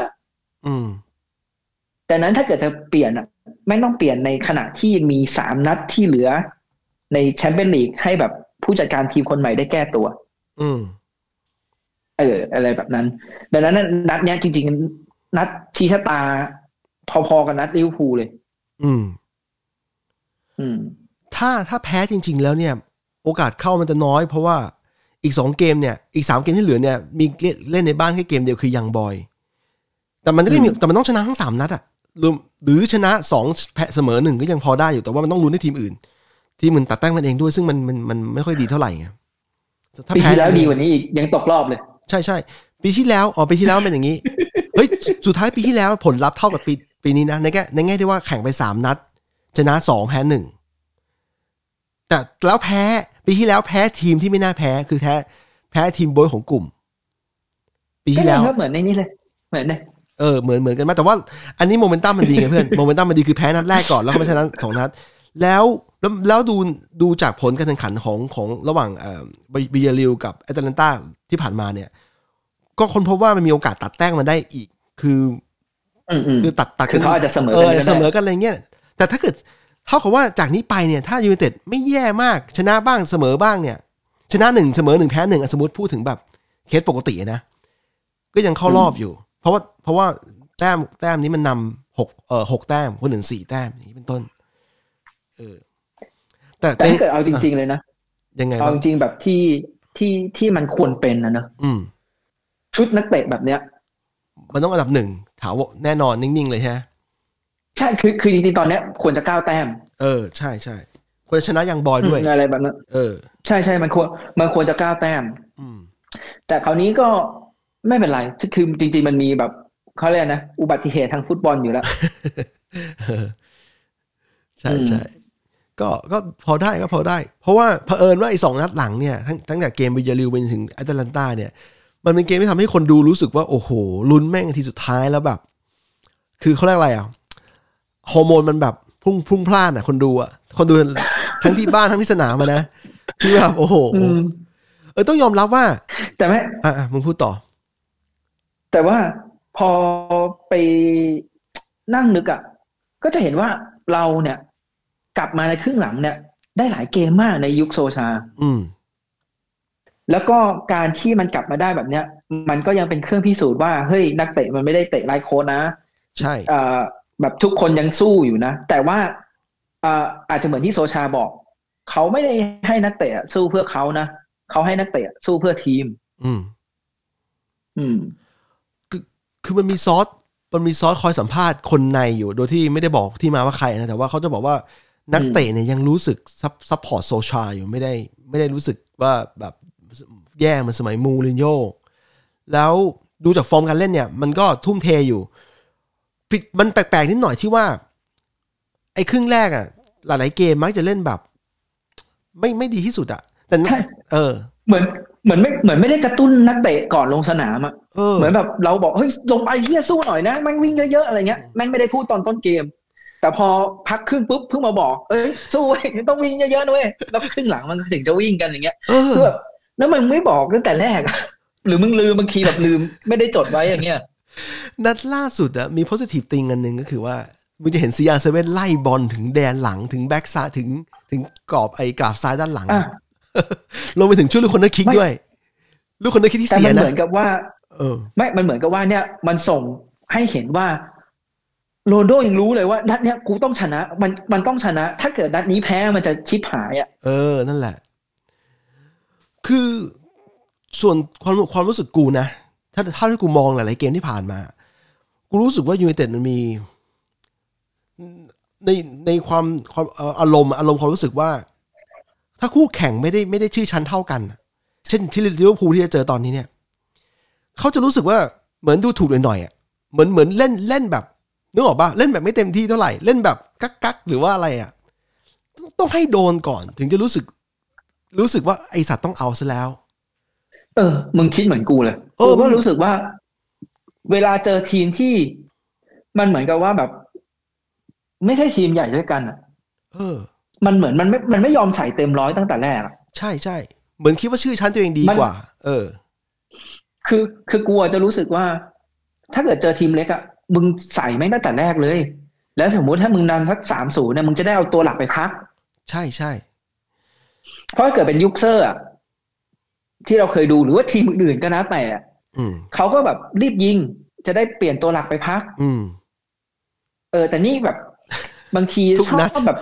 แต่นั้นถ้าเกิดจะเปลี่ยนอ่ะไม่ต้องเปลี่ยนในขณะที่มี3 นัดที่เหลือในแชมเปี้ยนลีกให้แบบผู้จัดการทีมคนใหม่ได้แก้ตัวอะไรแบบนั้นดังนั้นนัดเนี้ยจริงๆนัดชี้ชะตาพอๆกับนัดลิเวอร์พูลเลยถ้าแพ้จริงๆแล้วเนี่ยโอกาสเข้ามันจะน้อยเพราะว่าอีก2เกมเนี่ยอีก3เกมที่เหลือเนี่ยมีเล่นในบ้านแค่เกมเดียวคือยังบอยแต่มันก็มีแต่มันต้องชนะทั้ง3นัดอ่ะหรือชนะ2แพ้เสมอ1ก็ยังพอได้อยู่แต่ว่ามันต้องลุ้นให้ทีมอื่นที่มันตัดแต้มมันเองด้วยซึ่งมันไม่ค่อยดีเท่าไหร่ไงถ้าปีที่แล้วดีกว่านี้อีกยังตกรอบเลยใช่ปีที่แล้วปีที่แล้วเป็นอย่างนี้เฮ้ยสุดท้ายปีที่แล้วผลลัพธ์เท่ากับปีนี้นะในแง่ที่ว่าแข่งไป3นัดชนะ2แพ้1แต่แล้วแพ้ปีที่แล้วแพ้ทีมที่ไม่น่าแพ้คือแพ้ทีมโบยของกลุ่มปีที่แล้วเหมือนในนี้เลยเหมือนเนี่ยเหมือนกันมากแต่ว่าอันนี้โมเมนตัมมันดีไงเพื่อนโมเมนตัมมันดีคือแพ้นัดแรกก่อนแล้วก็ไปชนะ2นัดแล้วดูจากผลการแข่งขันของระหว่างบิเยริลกับแอตแลนตาที่ผ่านมาเนี่ยก็คนพบว่ามันมีโอกาสตัดแต้มมาได้อีกคือตัดกันเขาอาจจะเสมอกันอะไรเงี้ยแต่ถ้าเกิดเท่ากับว่าจากนี้ไปเนี่ยถ้ายูไนเต็ดไม่แย่มากชนะบ้างเสมอบ้างเนี่ยชนะ1เสมอ1แพ้1สมมุติพูดถึงแบบเคสปกตินะก็ยังเข้ารอบอยู่เพราะว่าแต้มนี้มันนำ6แต้มคนอื่น4แต้มอย่างนี้เป็นต้นแต่ถ้าเกิดเอาจริงๆเลยนะยังไงเอาจริงแบบที่มันควรเป็นนะชุดนักเตะแบบเนี้ยมันต้องอันดับ1ถามว่าแน่นอนนิ่งๆเลยใช่ไหมใช่คือจริงๆตอนเนี้ยควรจะ9 แต้มใช่ควรจะชนะยังบอยด้วยอะไรแบบนั้นใช่มันควรจะ9 แต้มแต่คราวนี้ก็ไม่เป็นไรคือจริงๆมันมีแบบเขาเรียกนะอุบัติเหตุทางฟุตบอลอยู่แล้วใช่ก็พอได้เพราะว่าเผอิญว่าไอ้2นัดหลังเนี่ยตั้งแต่เกมบิเยริลไปถึงแอตแลนตาเนี่ยมันเป็นเกมที่ทำให้คนดูรู้สึกว่าโอ้โหลุ้นแม่งทีสุดท้ายแล้วแบบคือเขาเรียกอะไรฮอร์โมนมันแบบพุ่งพล่านคนดูทั้งที่บ้านทั้งที่สนามนะคือแบบโอ้โหต้องยอมรับว่าแต่ไม่มึงพูดต่อแต่ว่าพอไปนั่งนึกก็จะเห็นว่าเราเนี่ยกลับมาในครึ่งหลังเนี่ยได้หลายเกมมากในยุคโซชาแล้วก็การที่มันกลับมาได้แบบเนี้ยมันก็ยังเป็นเครื่องพิสูจน์ว่าเฮ้ยนักเตะมันไม่ได้เตะไร้โค้ชนะใช่แบบทุกคนยังสู้อยู่นะแต่ว่าอาจจะเหมือนที่โซชาบอกเขาไม่ได้ให้นักเตะสู้เพื่อเขานะเขาให้นักเตะสู้เพื่อทีมคือมันมีซอสคอยสัมภาษณ์คนในอยู่โดยที่ไม่ได้บอกที่มาว่าใครนะแต่ว่าเขาจะบอกว่านักเตะเนี่ยยังรู้สึกซัพพอร์ตโซชาอยู่ไม่ได้รู้สึกว่าแบบแย่เหมือนสมัยมูรินโญ่แล้วดูจากฟอร์มการเล่นเนี่ยมันก็ทุ่มเทอยู่มันแปลกๆนิดหน่อยที่ว่าไอ้ครึ่งแรกหลายๆเกมมักจะเล่นแบบไม่ดีที่สุดแต่เหมือนไม่ได้กระตุ้นนักเตะก่อนลงสนามเหมือนแบบเราบอกเฮ้ยลงไปเฮียสู้หน่อยนะแม่งวิ่งเยอะๆอะไรเงี้ยแม่งไม่ได้พูดตอนต้นเกมแต่พอพักครึ่งปุ๊บเพิ่งมาบอกสู้เว้ยต้องวิ่งเยอะๆด้วยแล้วครึ่งหลังมันถึงจะวิ่งกันอย่างเงี้ยคือแบบแล้วมันไม่บอกตั้งแต่แรกหรือมึงลืมบางทีแบบลืมไม่ได้จดไว้อย่างเงี้ยนัดล่าสุดมี positive thing อันนึงก็คือว่ามึงจะเห็นCR7ไล่บอลถึงแดนหลังถึงแบ็กซ้ายถึงกรอบกราบซ้ายด้านหลังลงไปถึงช่วยลูกคนนักคิกด้วยลูกคนนักคิกที่เสียนะแต่มันเหมือนกับว่าไม่มันเหมือนกับว่าเนี่ยมันส่งให้เห็นว่าโรนโดยังรู้เลยว่านัดเนี้ยกูต้องชนะมันต้องชนะถ้าเกิดนัดนี้แพ้มันจะชิบหายนั่นแหละคือส่วนความรู้สึกกูนะถ้าที่กูมองหลายๆเกมที่ผ่านมากูรู้สึกว่ายูไนเต็ดมันมีในความอารมณ์ความรู้สึกว่าถ้าคู่แข่งไม่ได้ชื่อชั้นเท่ากันเช่นที่ลิเวอร์พูลที่จะเจอตอนนี้เนี่ยเขาจะรู้สึกว่าเหมือนดูถูกหน่อยเหมือนเล่นแบบนึกออกป่ะเล่นแบบไม่เต็มที่เท่าไหร่เล่นแบบกักหรือว่าอะไรต้องให้โดนก่อนถึงจะรู้สึกว่าไอสัตว์ต้องเอาซะแล้วมึงคิดเหมือนกูเลยก็รู้สึกว่าเวลาเจอทีมที่มันเหมือนกับว่าแบบไม่ใช่ทีมใหญ่ด้วยกันอ่ะเออมันเหมือนมันไม่ยอมใส่เต็มร้อยตั้งแต่แรกอะใช่ใช่เหมือนคิดว่าชื่อชั้นตัวเองดีมันกว่าเออคือกูจะรู้สึกว่าถ้าเกิดเจอทีมเล็กอ่ะมึงใส่แม่งตั้งแต่แรกเลยแล้วสมมุติถ้ามึงนำสัก3-0เนี่ยมึงจะได้เอาตัวหลักไปพักใช่ใช่เพราะถ้าเกิดเป็นยุคเซอร์อ่ะที่เราเคยดูหรือว่าทีมอื่นๆก็นะแต่อืมเขาก็แบบรีบยิงจะได้เปลี่ยนตัวหลักไปพักอืมแต่นี่แบบบางทีชอบทุกนัดแบบ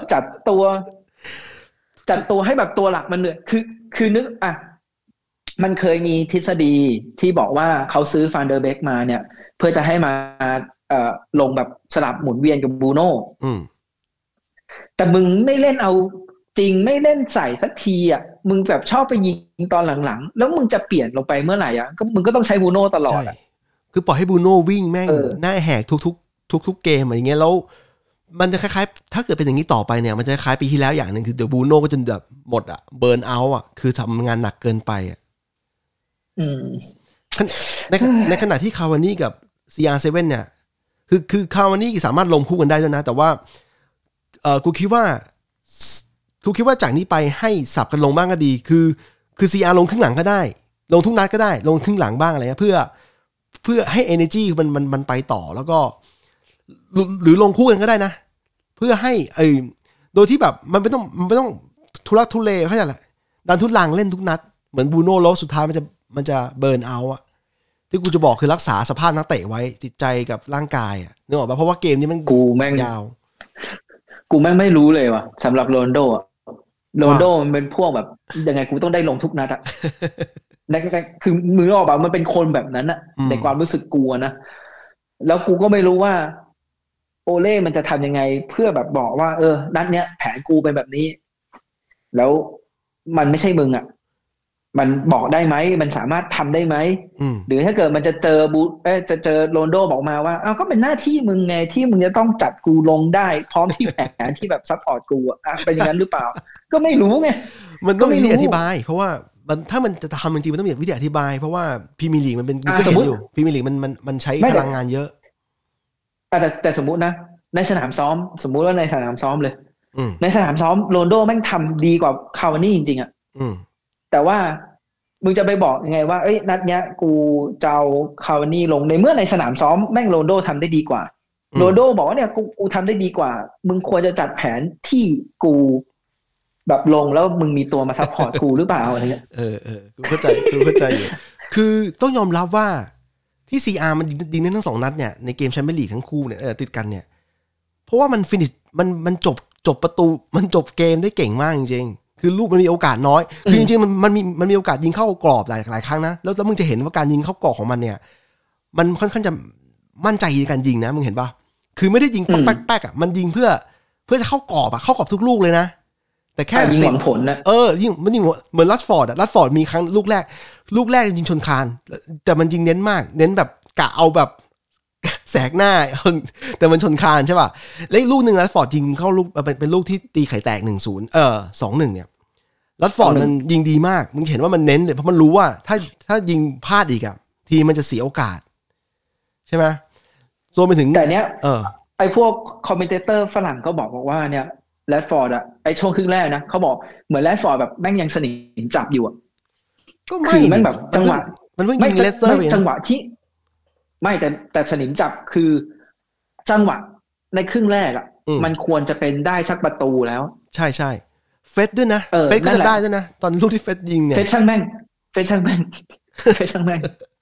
จัดตัวให้แบบตัวหลักมันเลยคือนึกอ่ะมันเคยมีทฤษฎีที่บอกว่าเขาซื้อฟานเดอร์เบกมาเนี่ยเพื่อจะให้มาลงแบบสลับหมุนเวียนกับบรูโน่อืมแต่มึงไม่เล่นเอาจริงไม่เล่นใส่สักทีอ่ะมึงแบบชอบไปยิงตอนหลังๆแล้วมึงจะเปลี่ยนลงไปเมื่อไหร่อ่ะก็มึงก็ต้องใช้บรูโน่ตลอใช่ดอ่ะคือปล่อยให้บรูโน่วิ่งแม่งเออหน้าแหกทุกเกมอย่างเงี้ยแล้วมันจะคล้ายๆถ้าเกิดเป็นอย่างนี้ต่อไปเนี่ยมันจะคล้ายปีที่แล้วอย่างหนึ่งคือเดี๋ยวบรูโน่ก็จะแบบหมดอ่ะเบิร์นเอาท์อ่ะคือทำงานหนักเกินไปอ่ะอืมในในขณะที่คาวานี่กับ CR7 เนี่ยคือคาวานี่สามารถลงคู่กันได้ด้วยนะแต่ว่ากูคิดว่าจากนี้ไปให้สับกันลงบ้างก็ดีคือ CR ลงครึ่งหลังก็ได้ลงทุกนัดก็ได้ลงครึ่งหลังบ้างอะไรเพื่อให้ energy มันไปต่อแล้วก็หรือลงคู่กันก็ได้นะเพื่อให้โดยที่แบบมันไม่ต้องทุลักทุเลเข้าใจแหละดันทุลังเล่นทุกนัดเหมือนบูโน่แล้วสุดท้ายมันจะเบิร์นเอาท์อะที่กูจะบอกคือรักษาสภาพนักเตะไว้จิตใจกับร่างกายอะนึกออกป่ะเพราะว่าเกมนี้มันกูแม่งยาวกูแม่งไม่รู้เลยว่ะสำหรับโรนลโดอ่ะโรนลว่าโดมันเป็นพวกแบบยังไงกูต้องได้ลงทุกนัดอ่ะ ในคือมือออกแบบมันเป็นคนแบบนั้นอะอืมในความรู้สึกกลัวนะแล้วกูก็ไม่รู้ว่าโอเล่มันจะทำยังไงเพื่อแบบบอกว่านัดเนี้ยแผนกูเป็นแบบนี้แล้วมันไม่ใช่มึงอะมันบอกได้ไหมมันสามารถทำได้ไหมอืมหรือถ้าเกิดมันจะเจอจะเจอโรนลโดบอกมาว่าก็เป็นหน้าที่มึงไงที่มึงจะต้องจัดกูลงได้พร้อมที่แผนที่แบบซัพพอร์ตกูเป็นอย่างนั้นหรือเปล่าก็ไม่รู้ไงมันต้องมีวิธีก็ไม่รู้อธิบายเพราะว่าถ้ามันจะทำจริงๆมันต้องมีวิธีอธิบายเพราะว่าพรีเมียร์ลีกมันเป็นมึงก็สมมติเห็นอยู่พรีเมียร์ลีกมันใช้ไม่แต่พลังงานเยอะแต่สมมุตินะในสนามซ้อมสมมุติว่าในสนามซ้อมเลยอืมในสนามซ้อมโรนลโดแม่งทำดีกว่าคาวานี่จริงๆอะอืมแต่ว่ามึงจะไปบอกยังไงว่าเอ้ยนัดเนี้ยกูจะเอาคาวานี่ลงในเมื่อในสนามซ้อมแม่งโรนลโดทำได้ดีกว่าอืมโรนลโดบอกว่าเนี่ยกูทำได้ดีกว่ามึงควรจะจัดแผนที่กูแบบลงแล้วมึงมีตัวมาซัพพอร์ตกูหรือเปล่าอะไรเงี้ยเออกูเข้าใจอยู่คือต้องยอมรับว่าที่ CR มันยิงได้ทั้งสองนัดเนี่ยในเกมแชมเปี้ยนลีกทั้งคู่เนี่ยติดกันเนี่ยเพราะว่ามันฟินิชมันจบประตูมันจบเกมได้เก่งมากจริงๆคือลูกมันมีโอกาสน้อยคือจริงๆมันมีโอกาสยิงเข้ากรอบหลายครั้งนะแล้วมึงจะเห็นว่าการยิงเข้ากรอบของมันเนี่ยมันค่อนข้างจะมั่นใจในการยิงนะมึงเห็นป่ะคือไม่ได้ยิงป๊กแป๊กอ่ะมันยิงเพื่อจะเข้ากรอบอ่ะเข้ากรอบทุกลูกเลยนะแต่แค่ยิงหติดวังผลนะยิงมันยิงเหมือนลัดฟอร์ดมีครั้งลูกแรกยิงชนคานแต่มันยิงเน้นมากเน้นแบบกะเอาแบบแสกหน้าแต่มันชนคานใช่ป่ะแล้วลูกหนึ่งลัดฟอร์ดยิงเข้าลูกเป็นลูกที่ตีไข่แตก1-02-1เนี่ยลัดฟอร์ดมันยิงดีมากมึงเห็นว่ามันเน้นเลยเพราะมันรู้ว่าถ้ายิงพลาดอีกอ่ะทีมันจะเสียโอกาสใช่ไหมรวมไปถึงแต่เนี้ยไอ้พวกคอมเมนเตอร์ฝรั่งก็บอกว่าเนี่ยแรดฟอร์ดไอ้ช่วงครึ่งแรกนะเขาบอกเหมือนแรดฟอร์ดแบบแม่งยังสนิมจับอยู่ก็ไม่คือแม่นี่งแบบจังหวะมันเพิ่งไม่ยิงเลสเตอร์ไปจังหวะที่ไม่แต่สนิมจับคือจังหวะในครึ่งแรกมันควรจะเป็นได้สักประตูแล้วใช่เฟสด้วยนะเฟสก็จะได้ด้วยนะตอนลูกที่เฟสยิงเนี่ยเฟสช่างแม่งเฟสช่างแม่งเฟสช่างแม่ง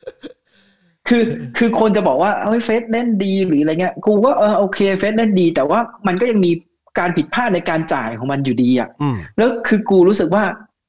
คือคนจะบอกว่าเฮ้ยเฟสเล่นดีหรืออะไรเงี้ยกูว่าโอเคเฟสเล่นดีแต่ว่ามันก็ยังมีการผิดพลาดในการจ่ายของมันอยู่ดีแล้วคือกูรู้สึกว่า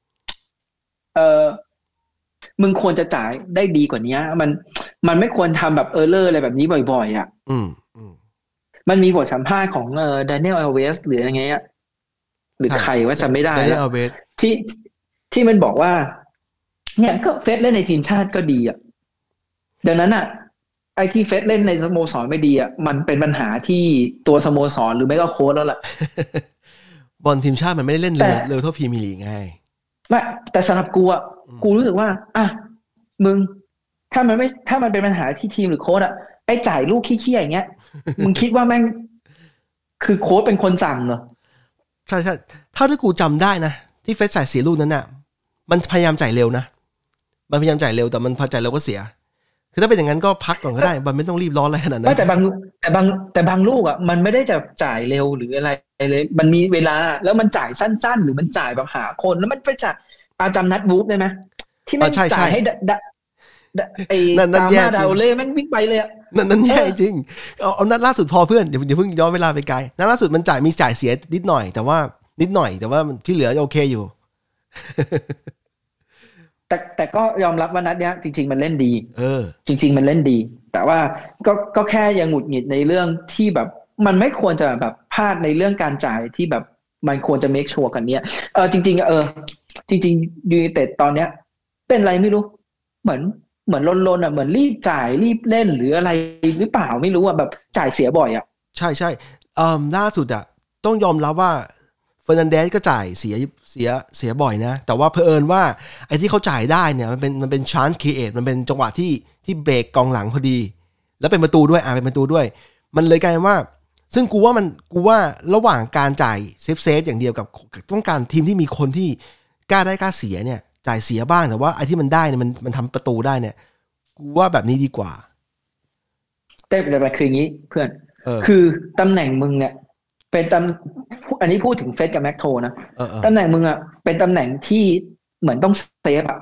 มึงควรจะจ่ายได้ดีกว่านี้มันไม่ควรทำแบบเลอร์อะไรแบบนี้บ่อยๆมันมีบทสัมภาษณ์ของดานิเอลอัลเวสหรืออะไรเงี้ยหรือใครว่าจำไม่ได้แล้วที่มันบอกว่าเนี่ยก็เฟสเล่นในทีมชาติก็ดีดังนั้นไอ้ที่เฟสเล่นในสโมสรไม่ดีมันเป็นปัญหาที่ตัวสโมสรหรือไม่ก็โค้ชแล้วล่ะบอลทีมชาติมันไม่ได้เล่นเร็วเท่าพรีเมียร์ลีกไงไม่แต่สำหรับกูกูรู้สึกว่ามึงถ้ามันเป็นปัญหาที่ทีมหรือโค้ชอะไอ้จ่ายลูกขี้ๆอย่างเงี้ย มึงคิดว่าแม่งคือโค้ชเป็นคนสั่งเหรอใช่เท่าที่กูจำได้นะที่เฟสจ่ายเสียลูกนั้นน่ะมันพยายามจ่ายเร็วนะมันพยายามจ่ายเร็วแต่มันพอจ่ายเร็วก็เสียคือถ้าเป็นอย่างนั้นก็พักก่อนก็ได้มันไม่ต้องรีบร้อนอะไรขนาดนั้นแต่บางลูกอ่ะมันไม่ได้จะจ่ายเร็วหรืออะไรเลยมันมีเวลาแล้วมันจ่ายสั้นๆหรือมันจ่ายแบบหาคนแล้วมันไปจ่ายจำนัดวูฟได้ไหมที่แม่งจ่ายให้ไอ้ตามหน้าดาวเล่แม่งวิ่งไปเลยอะนั่นแย่จริงเอานัดล่าสุดพอเพื่อนเดี๋ยวเพิ่งย้อนเวลาไปไกลนัดล่าสุดมันมีจ่ายเสียนิดหน่อยแต่ว่าที่เหลือโอเคอยู่แต่ก็ยอมรับว่านัดเนี้ยจริงๆมันเล่นดีจริงๆมันเล่นดี แต่ว่าก็แค่ยังหงุดหงิดในเรื่องที่แบบมันไม่ควรจะแบบพลาดในเรื่องการจ่ายที่แบบมันควรจะ make sure กันเนี้ยจริงๆจริงๆยูไนเต็ดตอนเนี้ยเป็นอะไรไม่รู้เหมือนลนๆอ่ะเหมือนรีบจ่ายรีบเล่นหรืออะไรหรือเปล่าไม่รู้อ่ะแบบจ่ายเสียบ่อยอ่ะใช่ล่าสุดอ่ะต้องยอมรับว่าเฟอร์นันเดสก็จ่ายเสียบ่อยนะแต่ว่าเผอิญว่าไอ้ที่เขาจ่ายได้เนี่ยมันเป็น chance create มันเป็นจังหวะที่เบรกกองหลังพอดีแล้วเป็นประตูด้วยเป็นประตูด้วยมันเลยกลายเป็นว่าซึ่งกูว่าระหว่างการจ่ายเซฟอย่างเดียวกับต้องการทีมที่มีคนที่กล้าได้กล้าเสียเนี่ยจ่ายเสียบ้างแต่ว่าไอ้ที่มันได้เนี่ยมันทำประตูได้เนี่ยกูว่าแบบนี้ดีกว่าแต่คืออย่างนี้เพื่อนคือตำแหน่งมึงเนี่ยเป็นอันนี้พูดถึงเฟสกับแม็กโทนะตำแหน่งมึงอ่ะเป็นตำแหน่งที่เหมือนต้องเซฟอ่ะ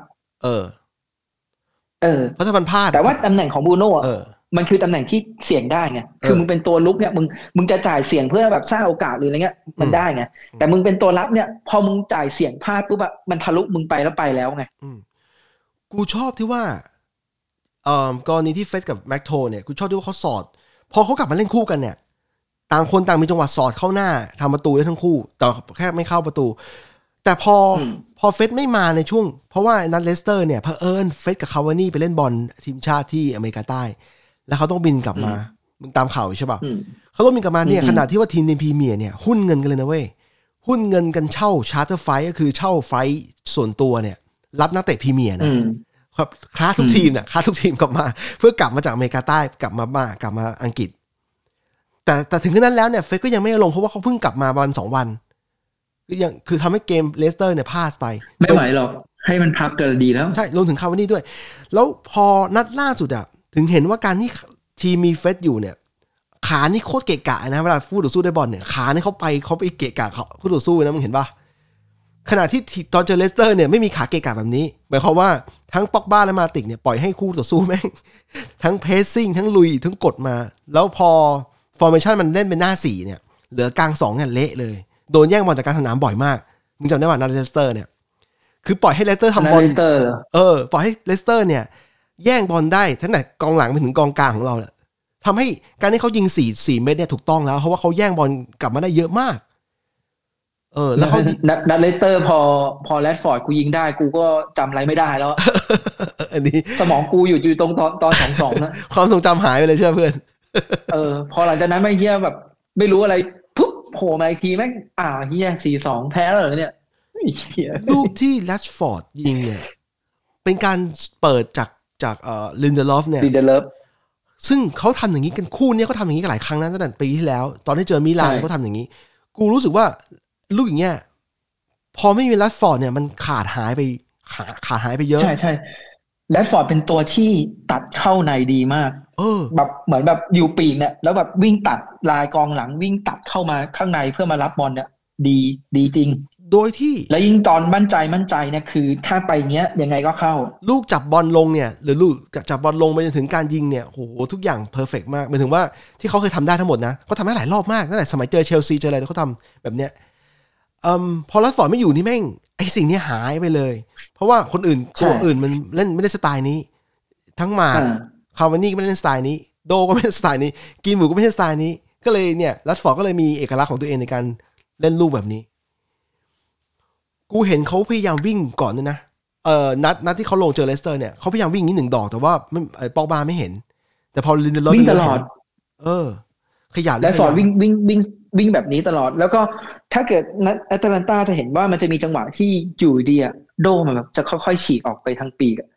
เพราะถ้ามันพลาดแต่ว่าตำแหน่งของบูโน่มันคือตำแหน่งที่เสี่ยงได้ไงคือมึงเป็นตัวลุกเนี่ยมึงจะจ่ายเสี่ยงเพื่อแบบสร้างโอกาสหรืออะไรเงี้ยมันได้ไงแต่มึงเป็นตัวรับเนี่ยพอมึงจ่ายเสี่ยงพลาดปุ๊บอะมันทะลุมึงไปแล้วไงกูชอบที่ว่ากรณีที่เฟสกับแม็กโทเนี่ยกูชอบที่ว่าเขาสอดพอเขากลับมาเล่นคู่กันเนี่ยต่างคนต่างมีจังหวะสอดเข้าหน้าทำประตูได้ทั้งคู่แต่แค่ไม่เข้าประตูแต่พอเฟสไม่มาในช่วงเพราะว่านัดเลสเตอร์เนี่ยเผอิญเฟสกับคาวานี่ไปเล่นบอลทีมชาติที่อเมริกาใต้แล้วเขาต้องบินกลับมามึงตามข่าวใช่ป่ะเขาต้องบินกลับมาเนี่ยขนาดที่ว่าทีมในพรีเมียร์เนี่ยหุ้นเงินกันเลยนะเว้ยหุ้นเงินกันเช่าชาร์เตอร์ไฟล์ก็คือเช่าไฟล์ส่วนตัวเนี่ยรับนักเตะพรีเมียร์นะครับค้าทุกทีมเนี่ยค้าทุกทีมกลับมาเพื่อกลับมาจากอเมริกาใต้กลับมาอังกฤษแต่ถึงขนาดนั้นแล้วเนี่ยเฟสก็ยังไม่ลงเพราะว่าเขาเพิ่งกลับมาวัน2 วันคือทำให้เกมเลสเตอร์เนี่ยพลาดไปไม่ไหวหรอกให้มันพักกันดีแล้วใช่รวมถึงคาวานี่ด้วยแล้วพอนัดล่าสุดอะถึงเห็นว่าการที่ทีมมีเฟสอยู่เนี่ยขานี่โคตรเกะกะนะเวลาคู่ต่อสู้ได้บอลเนี่ยขานี่เขาไปเกะกะคู่ต่อสู้นะมึงเห็นป่ะขณะที่ตอนเจอเลสเตอร์เนี่ยไม่มีขาเกะกะแบบนี้หมายความว่าทั้งป็อกบ้าและมาติกเนี่ยปล่อยให้คู่ต่อสู้แม่งทั้งเพสซิ่งทั้งลุยทั้งกดมาแล้วพอฟอร์เมชันมันเล่นเป็นหน้า4เนี่ยเหลือกลาง2เนี่ยเละเลยโดนแย่งบอลจากกลางสนามบ่อยมากมึงจำได้ว่านัดเลสเตอร์เนี่ยคือปล่อยให้เลสเตอร์ทำบอลปล่อยให้เลสเตอร์เนี่ยแย่งบอลได้ตั้งแต่กองหลังไปถึงกองกลางของเราเนี่ยทำให้การที่เขายิง4เมตรเนี่ยถูกต้องแล้วเพราะว่าเขาแย่งบอลกลับมาได้เยอะมากแล้วเขานัดเลสเตอร์พอแรดฟอร์ดกูยิงได้กูก็จำอะไรไม่ได้แล้วอันนี้สมองกูอยู่ตรงตอน2-2นะความทรงจำหายไปเลยเชื่อเพื่อนพอหลังจากนั้นไม่เฮียแบบไม่รู้อะไรปุ๊บโผล่มาอีกทีแม่งเฮีย4-2แพ้แล้วเหรอเนี่ยลูกที่แรชฟอร์ดยิงเนี่ยเป็นการเปิดจากลินเดลอฟเนี่ยซึ่งเขาทำอย่างนี้กันคู่นี้เขาทำอย่างนี้กันหลายครั้งนะตั้งแต่ปีที่แล้วตอนที่เจอมิลานเขาทำอย่างนี้กูรู้สึกว่าลูกอย่างเงี้ยพอไม่มีแรชฟอร์ดเนี่ยมันขาดหายไปเยอะใช่แรชฟอร์ดเป็นตัวที่ตัดเข้าในดีมากแบบเหมือนแบบอยู่ปีกเนี่ยแล้วแบบวิ่งตัดลายกองหลังวิ่งตัดเข้ามาข้างในเพื่อมารับบอลเนี่ยดีจริงโดยที่แล้วยิ่งตอนมั่นใจเนี่ยคือถ้าไปเงี้ยยังไงก็เข้าลูกจับบอลลงเนี่ยหรือลูกจับบอลลงไปจนถึงการยิงเนี่ยโหทุกอย่างเพอร์เฟกต์มากหมายถึงว่าที่เขาเคยทำได้ทั้งหมดนะเขาทำได้หลายรอบมากตั้งแต่สมัยเจอเชลซีเจออะไรเขาทำแบบเนี้ยพอแรชฟอร์ดไม่อยู่นี่แม่งไอ้สิ่งนี้หายไปเลยเพราะว่าคนอื่นตัวอื่นมันเล่นไม่ได้สไตล์นี้ทั้งมาคาวานี่ก็ไม่เล่นสไตล์นี้โดก็ไม่เล่นสไตล์นี้กินหมูก็ไม่ใช่สไตล์นี้ก็เลยเนี่ยแรชฟอร์ดก็เลยมีเอกลักษณ์ของตัวเองในการเล่นลูกแบบนี้กูเห็นเขาพยายามวิ่งก่อนด้วยนะนัดที่เขาลงเจอเลสเตอร์เนี่ยเขาพยายามวิ่งนิด1 ดอกแต่ว่าปอกบาไม่เห็นแต่พอลินเดลอฟวิ่งตลอดขยันและฟอร์ดวิ่งแบบนี้ตลอดแล้วก็ถ้าเกิดแอตแลนตาจะเห็นว่ามันจะมีจังหวะที่อยู่ดีอะโดมันแบบจะค่อยๆฉีกออกไปทางปีก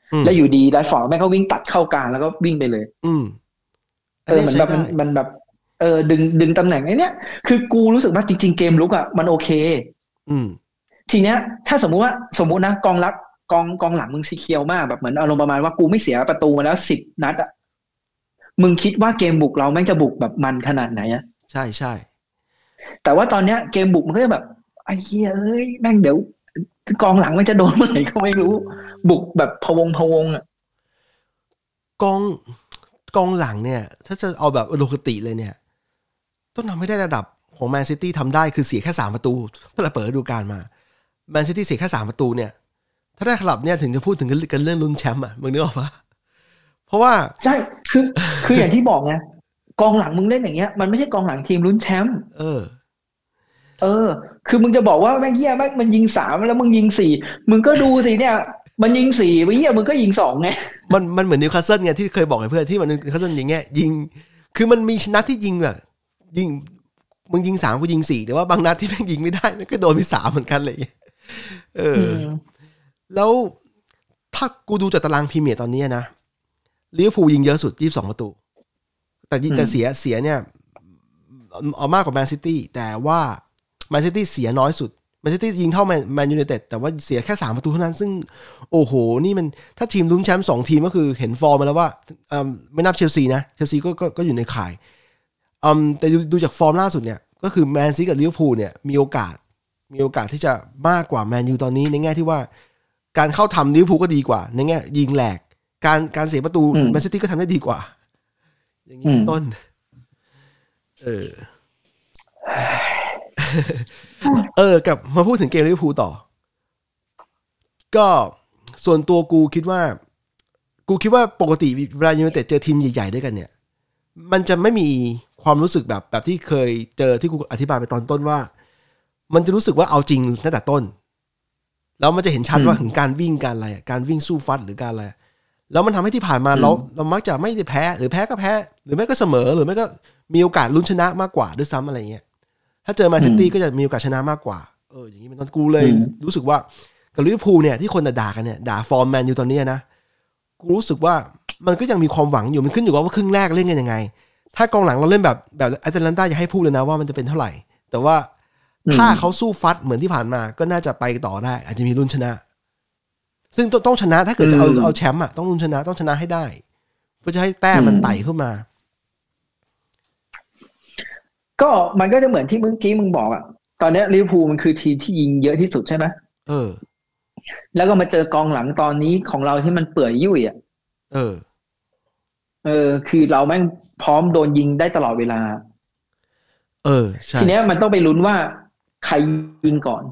แล้วอยู่ดีแรดฟอร์ดแม่งก็วิ่งตัดเข้ากลางแล้วก็วิ่งไปเลยเหมือนแบบมันแบบดึงตำแหน่งไอ้นี่คือกูรู้สึกว่าจริงๆเกมลุกอ่ะมันโอเคทีเนี้ยถ้าสมมุตินะกองหลังมึงซีเคียวมากแบบเหมือนอารมณ์ประมาณว่ากูไม่เสียประตูมาแล้ว10 นัดอ่ะมึงคิดว่าเกมบุกเราแม่งจะบุกแบบมันขนาดไหนอ่ะใช่ใช่แต่ว่าตอนเนี้ยเกมบุกมันก็จะแบบไอ้เหี้ยเอ้ยแม่งเดี๋ยวกองหลังมันจะโดนเมื่อไหร่ก็ไม่รู้บุกแบบพะวงอ่ะกองหลังเนี่ยถ้าจะเอาแบบโลคติเลยเนี่ยต้องทำให้ได้ระดับของแมนซิตี้ทำได้คือเสียแค่3 ประตูเพื่อเปิดฤดูกาลมาแมนซิตี้เสียแค่3 ประตูเนี่ยถ้าได้ขลับเนี่ยถึงจะพูดถึงกันเรื่องลุ้นแชมป์อ่ะมึงนึกออกปะเพราะว่าใช่คืออย่างที่บอกไงกองหลังมึงเล่นอย่างเงี้ยมันไม่ใช่กองหลังทีมลุ้นแชมป์คือมึงจะบอกว่าแม่งเหี้ยแม่งมันยิง3แล้วมึงยิง4มึงก็ดูสิเนี่ยมันยิง4ไปเหี้ยมึงก็ยิง2ไงมันเหมือนนิวคาสเซิลไงที่เคยบอกกับเพื่อนที่มันนิวคาสเซิลอย่างเงี้ยยิงคือมันมีนัดที่ยิงแบบยิงมึงยิง3กูยิง4แต่ว่าบางนัดที่แม่งยิงไม่ได้มันก็โดนไป3เหมือนกันเลยแล้วถ้ากูดูจากตารางพรีเมียร์ตอนนี้นะลิเวอร์พูลยิงเยอะสุด22 ประตูแต่เสียเนี่ยเอามากกว่าแมนซิตี้แต่ว่าแมนซิตี้เสียน้อยสุดแมนซิตี้ยิงเท่าแมนยูไนเต็ดแต่ว่าเสียแค่3 ประตูเท่านั้นซึ่งโอ้โหนี่มันถ้าทีมลุ้นแชมป์2 ทีมก็คือเห็นฟอร์มมาแล้วว่าไม่นับเชลซีนะเชลซีก็อยู่ในข่ายแต่ดูจากฟอร์มล่าสุดเนี่ยก็คือแมนซีกับลิเวอร์พูลเนี่ยมีโอกาสที่จะมากกว่าแมนยูตอนนี้ในแง่ที่ว่าการเข้าทำลิเวอร์พูลก็ดีกว่าในแง่ยิงแหลกการเสียประตูแมนซิตี้ก็ทำได้ดีกว่าอย่างนี้ต้นกับมาพูดถึงเกมลิเวอร์พูลต่อก็ส่วนตัวกูคิดว่าปกติเวลายูไนเต็ดเจอทีมใหญ่ๆด้วยกันเนี่ยมันจะไม่มีความรู้สึกแบบที่เคยเจอที่กูอธิบายไปตอนต้นว่ามันจะรู้สึกว่าเอาจริงตั้งแต่ต้นแล้วมันจะเห็นชัดว่าถึงการวิ่งการอะไรการวิ่งสู้ฟัดหรือการอะไรแล้วมันทำให้ที่ผ่านมาเรามักจะไม่ได้แพ้หรือแพ้ก็แพ้หรือไม่ก็เสมอหรือไม่ก็มีโอกาสลุ้นชนะมากกว่าด้วยซ้ำอะไรเงี้ยถ้าเจอแมนซิตี้ก็จะมีโอกาสชนะมากกว่าอย่างนี้เป็นต้นกูเลยรู้สึกว่ากับลิเวอร์พูลเนี่ยที่คนด่ากันเนี่ยด่าฟอร์มแมนอยู่ตอนนี้นะกูรู้สึกว่ามันก็ยังมีความหวังอยู่มันขึ้นอยู่กับว่าครึ่งแรกเล่นกันยังไงถ้ากองหลังเราเล่นแบบแอตแลนต้าอย่าให้พูดเลยนะว่ามันจะเป็นเท่าไหร่แต่ว่าถ้าเขาสู้ฟัดเหมือนที่ผ่านมาก็น่าจะไปต่อได้อาจจะมีลุ้นชนะซึ่งต้องชนะถ้าเกิดจะเอาแชมป์อ่ะต้องลุ้นชนะต้องชนะให้ได้เพื่อจะให้แต้มมันไต่ขึ้นมาก็มันก็จะเหมือนที่เมื่อกี้มึงบอกอ่ะตอนนี้ลิเวอร์พูลมันคือทีมที่ยิงเยอะที่สุดใช่ไหมแล้วก็มาเจอกองหลังตอนนี้ของเราที่มันเปื่อยยุ่ยอ่ะคือเราแม่งพร้อมโดนยิงได้ตลอดเวลาใช่ทีเนี้ยมันต้องไปลุ้นว่าใครยิงก่อน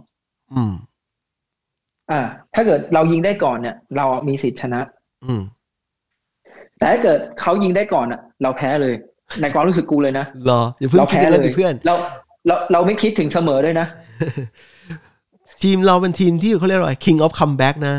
ถ้าเกิดเรายิงได้ก่อนเนี่ยเรามีสิทธิ์ชนะแต่ถ้าเกิดเขายิงได้ก่อนอ่ะเราแพ้เลยในความรู้สึกกูเลยนะเหรออย่าเพิ่งคิดเลยเพื่อนเราไม่คิดถึงเสมอด้วยนะทีมเราเป็นทีมที่เขาเรียกว่า King of Comeback นะ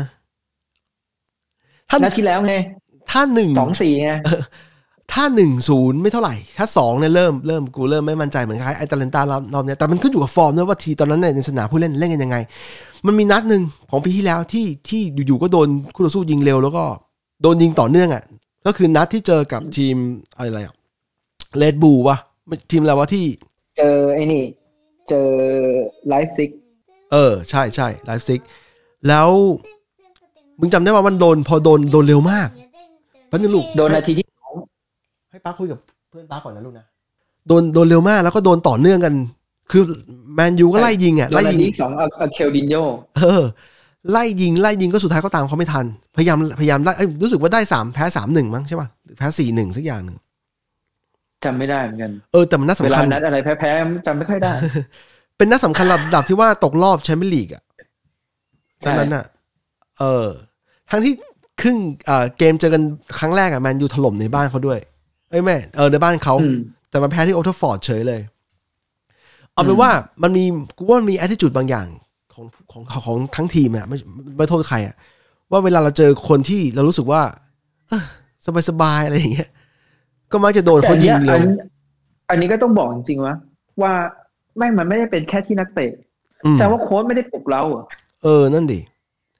นัดที่แล้วไงถ้า 2-4ไงถ้า 1-0 ไม่เท่าไหร่ถ้า2เนี่ยเริ่มกูเริ่มไม่มั่นใจเหมือนคล้ายแอตแลนตารอบเนี้ยแต่มันขึ้นอยู่กับฟอร์มด้วยว่าทีตอนนั้นในสนามผู้เล่นกันยังไงมันมีนัดนึงของปีที่แล้วที่อยู่ๆก็โดนคู่ต่อสู้ยิงเร็วแล้วก็โดนยิงต่อเนื่องอ่ะก็คือนัดที่เจอกับทีมอะไรอ่ะเรดบูลวะทีมอะไรวะที่เจอไอ้นี่เจอไลฟ์ซิกใช่ไลฟ์ซิกแล้วมึงจำได้ว่ามันพอโดนเร็วมากพันนึงลูกโดนนาทีที่ให้ป้าคุยกับเพื่อนป้าก่อนนะลูกนะโดนเร็วมากแล้วก็โดนต่อเนื่องกันคือแมนยูก็ไล่ยิงอ่ะไล่ยิง 2อาเคลดินโญไล่ยิงก็สุดท้ายก็ตามเขาไม่ทันพยายามได้รู้สึกว่าได้3แพ้ 3-1 มั้งใช่ป่ะหรือแพ้ 4-1 สักอย่างนึงจำไม่ได้เหมือนกันแต่มันน่าสำคัญเวลานัดอะไรแพ้จำไม่ค่อยได้เป็นน่าสำคัญระดับที่ว่าตกรอบแชมเปี้ยนลีกอ่ะตอนนั้นอ่ะทั้งที่ครึ่งเกมเจอกันครั้งแรกอ่ะแมนยูถล่มในบ้านเขาด้วยแม่ในบ้านเขาแต่มาแพ้ที่โอลด์แทราฟฟอร์ดเฉยเลยเอาเป็นว่ามันมีกูว่ามันมี attitude บางอย่างของทั้งทีมอ่ะไม่โทษใครอ่ะว่าเวลาเราเจอคนที่เรารู้สึกว่าสบายๆอะไรอย่างเงี้ยก็มักจะโดนเขายิงเร็วอันนี้ก็ต้องบอกจริงๆว่ามันไม่ได้เป็นแค่ที่นักเตะแสดงว่าโค้ชไม่ได้ปลุกเรานั่นดิ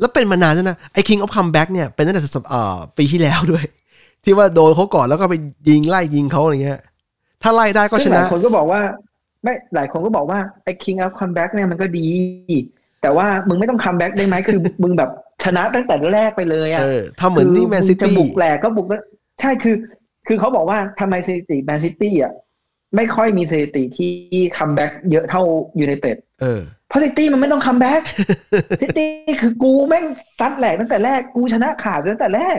แล้วเป็นมานานแล้วนะไอ้ King of Comeback เนี่ยเป็นตั้งแต่ปีที่แล้วด้วยที่ว่าโดนเขาก่อนแล้วก็ไปไล่ยิงเขาอะไรเงี้ยถ้าไล่ได้ก็ชนะหลายคนก็บอกว่าไม่หลายคนก็บอกว่าไอ้ King of Comeback เนี่ยมันก็ดีแต่ว่ามึงไม่ต้องคัมแบ็กได้ไหมคือมึงแบบชนะตั้งแต่แรกไปเลยอ่ะทำเหมือนที่แมนซิตี้จะบุกแหลกก็บุกแล้วใช่คือเขาบอกว่าทำไมสถิติแมนซิตี้อ่ะไม่ค่อยมีสถิติที่คัมแบ็กเยอะเท่ายูไนเต็ดเพราะซิตี้มันไม่ต้องคัมแบ็กซิตี้คือกูแม่งซัดแหลกตั้งแต่แรกกูชนะขาดตั้งแต่แรก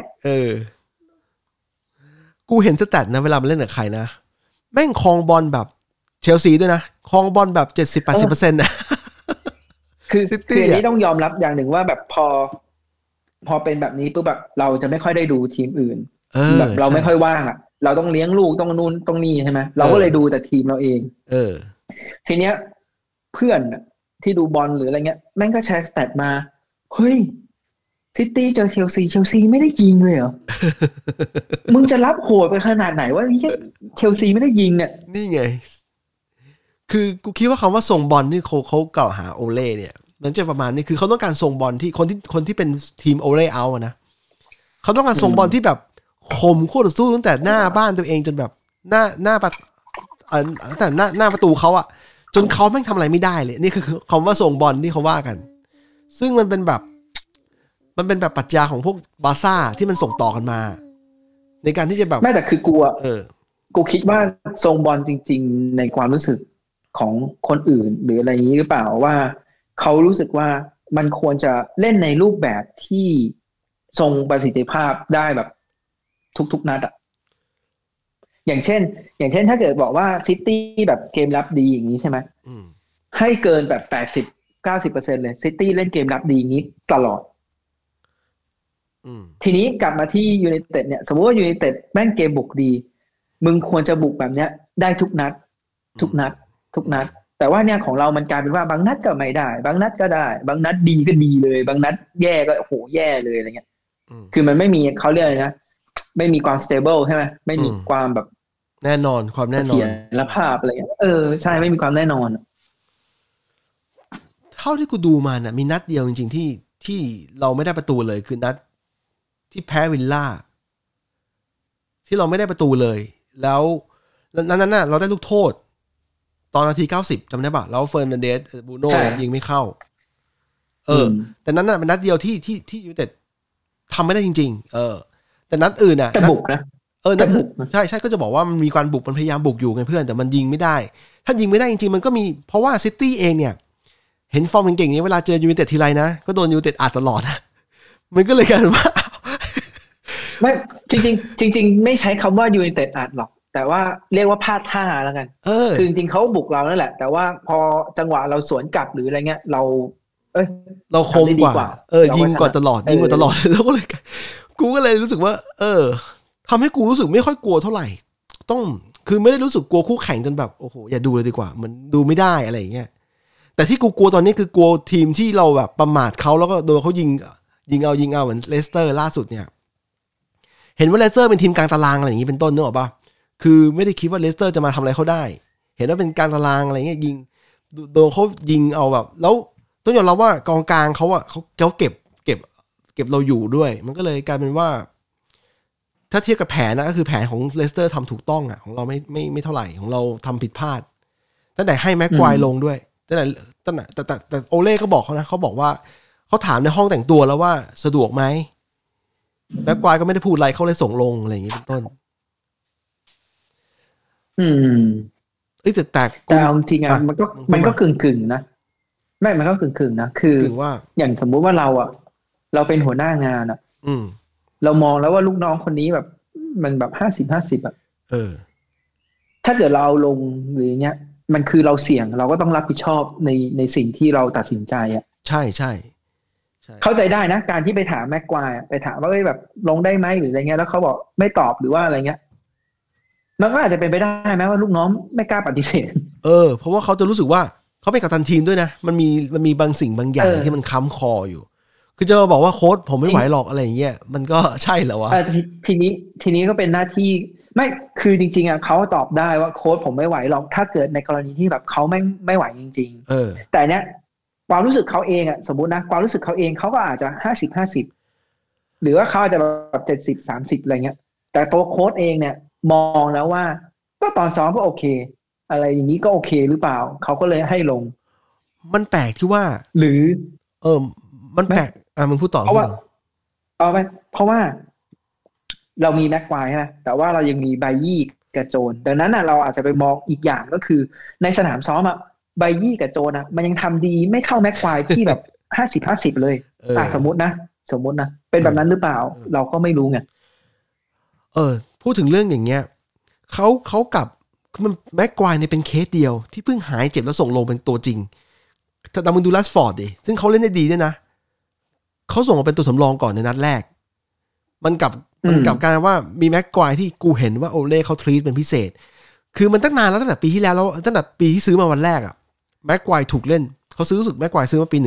กูเห็นสแตทนะเวลามันเล่นกับใครนะแม่งครองบอลแบบเชลซีด้วยนะครองบอลแบบ 70-80% นะคืออันนี้ต้องยอมรับอย่างหนึ่งว่าแบบพอเป็นแบบนี้ปุ๊บแบบเราจะไม่ค่อยได้ดูทีมอื่นแบบเราไม่ค่อยว่างอ่ะเราต้องเลี้ยงลูกต้องนู่นต้องนี่ใช่ไหมเราก็เลยดูแต่ทีมเราเองทีเนี้ยเพื่อนที่ดูบอลหรืออะไรเงี้ยแม่งก็แชร์สแตทมาเฮ้ยซิตี้เจอเชลซีไม่ได้ยิงเลยเหรอ มึงจะรับโหดไปขนาดไหนว่าเชลซีไม่ได้ยิงเนี่ยนี่ไงคือกูคิดว่าคำว่าส่งบอลที่เขากล่าวหาโอเล่เนี่ยมันจะประมาณนี้คือเขาต้องการส่งบอลที่คนที่เป็นทีมโอเล่เอาอะนะเขาต้องการส่งบอลที่แบบข่มคู่ต่อสู้ตั้งแต่หน้าบ้านตัวเองจนแบบหน้าแต่หน้าประตูเขาอะจนเขาแม่งทำอะไรไม่ได้เลยนี่คือคำว่าส่งบอลที่เขาว่ากันซึ่งมันเป็นแบบปรัชญาของพวกบาร์ซ่าที่มันส่งต่อกันมาในการที่จะแบบไม่แต่คือกูคิดว่าทรงบอลจริงๆในความรู้สึกของคนอื่นหรืออะไรอย่างนี้หรือเปล่าว่าเขารู้สึกว่ามันควรจะเล่นในรูปแบบที่ทรงประสิทธิภาพได้แบบทุกนัดอ่ะอย่างเช่นถ้าเกิดบอกว่าซิตี้แบบเกมรับดีอย่างนี้ใช่ไหมให้เกินแบบ80-90%เลยซิตี้เล่นเกมรับดีอย่างนี้ตลอดทีนี้กลับมาที่ยูไนเต็ดเนี่ยสมมติว่ายูไนเต็ดแม่งเกมบุกดีมึงควรจะบุกแบบเนี้ยได้ทุกนัดแต่ว่าเนี่ยของเรามันกลายเป็นว่าบางนัดก็ไม่ได้บางนัดก็ได้บางนัดดีก็ดีเลยบางนัดแย่ก็โหแย่เลยอะไรเงี้ยคือมันไม่มีเขาเรียกอะไรนะไม่มีความ stable ใช่ไหมไม่มีความแบบแน่นอนความแน่นอนและภาพอะไรเงี้ยใช่ไม่มีความแน่นอนเท่าที่กูดูมาน่ะมีนัดเดียวจริงๆที่เราไม่ได้ประตูเลยคือนัดที่แพ้วิลล่าที่เราไม่ได้ประตูเลยแล้วนั้นน่ะเราได้ลูกโทษตอนนาที90จำได้ป่ะแล้วเฟอร์นันเดสบูโน่ยิงไม่เข้าแต่นั้นน่ะเป็นนัดเดียวที่ยูไนเต็ดทำไม่ได้จริงๆแต่นัดอื่นน่ะแต่บุกนะนัดอื่นใช่ก็จะบอกว่ามันมีการบุกมันพยายามบุกอยู่ไงเพื่อนแต่มันยิงไม่ได้ถ้ายิงไม่ได้จริงๆมันก็มีเพราะว่าซิตี้เองเนี่ยเห็นฟอร์มเก่งๆนี้เวลาเจอยูไนเต็ดทีไรนะก็โดนยูไนเต็ดอัดตลอดนะมันก็เลยกลายเป็นว่าไม่จริงไม่ใช้คำว่ายูไนเต็ดอัดหรอกแต่ว่าเรียกว่าพลาดท่าแล้วกันคือจริงๆเขาบุกเรานั่นแหละแต่ว่าพอจังหวะเราสวนกลับหรืออะไรเงี้ยเราคมกว่ายิงกว่าตลอดแล้วก็เลยกูก็เลยรู้สึกว่าทำให้กูรู้สึกไม่ค่อยกลัวเท่าไหร่คือไม่ได้รู้สึกกลัวคู่แข่งจนแบบโอ้โหอย่าดูเลยดีกว่ามันดูไม่ได้อะไรอย่างเงี้ยแต่ที่กูกลัวตอนนี้คือกลัวทีมที่เราแบบประมาทเขาแล้วก็โดนเขายิงเอาเหมือนเลสเตอร์ล่าสุดเนี่ยเห็นว่าเลสเตอร์เป็นทีมกลางตารางอะไรอย่างงี้เป็นต้นนึกออกป่ะคือไม่ได้คิดว่าเลสเตอร์จะมาทำอะไรเขาได้เห็นว่าเป็นกลางตารางอะไรเงี้ยยิงโดนเขายิงเอาแบบแล้วต้องยอมรับว่ากองกลางเขาเก็บเราอยู่ด้วยมันก็เลยกลายเป็นว่าถ้าเทียบกับแผนนะก็คือแผนของเลสเตอร์ทำถูกต้องอ่ะของเราไม่เท่าไหร่ของเราทำผิดพลาดตั้งแต่ให้แม็กควายลงด้วยแต่โอเล่ก็บอกเขาบอกว่าเขาถามในห้องแต่งตัวแล้วว่าสะดวกไหมแม็กควายก็ไม่ได้พูดอะไรเขาเลยส่งลงอะไรอย่างนี้เป็นต้นแต่เอาจริงอ่ะมันก็กึ่งนะไม่มันก็กึ่งนะคือว่าอย่างสมมุติว่าเราเป็นหัวหน้างานอ่ะเรามองแล้วว่าลูกน้องคนนี้แบบมันแบบ50-50อ่ะถ้าเกิดเราเอาลงหรือเงี้ยมันคือเราเสี่ยงเราก็ต้องรับผิดชอบในสิ่งที่เราตัดสินใจอ่ะใช่เข้าใจได้นะการที่ไปถามแม็กควายไปถามว่าแบบลงได้ไหมหรืออะไรเงี้ยแล้วเขาบอกไม่ตอบหรือว่าอะไรเงี้ยมันก็อาจจะเป็นไปได้ไหมว่าลูกน้องไม่กล้าปฏิเสธเพราะว่าเขาจะรู้สึกว่าเขาเป็นกัปตันทีมด้วยนะมันมีบางสิ่งบางอย่างที่มันค้ำคออยู่คือจะมาบอกว่าโค้ชผมไม่ไหวหรอกอะไรอย่างเงี้ยมันก็ใช่เหรอวะทีนี้ก็เป็นหน้าที่ไม่คือจริงๆอ่ะเขาตอบได้ว่าโค้ชผมไม่ไหวหรอกถ้าเกิดในกรณีที่แบบเขาไม่ไหวจริงๆแต่เนี้ยความรู้สึกเขาเองอ่ะสมมตินะความรู้สึกเขาเองเขาก็อาจจะ50-50หรือว่าเขาอาจจะแบบ70-30อะไรเงี้ยแต่ตัวโค้ชเองเนี่ยมองแล้วว่าก็ตอนซ้อมก็โอเคอะไรอย่างนี้ก็โอเคหรือเปล่าเขาก็เลยให้ลงมันแปลกที่ว่าหรือเออมันแปลกมึงพูดต่อเพราะว่าพูดต่อเอาไปเพราะว่าเรามีแม็กควายใช่ไหมแต่ว่าเรายังมีไบยี่กับโจนดังนั้นอ่ะเราอาจจะไปมองอีกอย่างก็คือในสนามซ้อมอ่ะไบยี่กับโจนอ่ะมันยังทำดีไม่เท่าแม็กควายที่แบบ50-50เลยสมมตินะเป็นแบบนั้นหรือเปล่าเราก็ไม่รู้ไงพูดถึงเรื่องอย่างเงี้ยเขากับมันแม็กควายเนี่ยเป็นเคสเดียวที่เพิ่งหายเจ็บแล้วส่งลงเป็นตัวจริงแต่มึงดูแรชฟอร์ดดิซึ่งเขาเล่นได้ดีด้วยนะเขาส่งมาเป็นตัวสำรองก่อนในนัดแรกมันกลับกลายว่ามีแม็กควายที่กูเห็นว่าโอเล่เขาทรีตเป็นพิเศษคือมันตั้งนานแล้วตั้งแต่ปีที่แล้วตั้งแต่ปีที่ซื้อมาวันแรกอะแม็กควายถูกเล่นเขาซื้อรู้สึกแม็กควายซื้อมาปี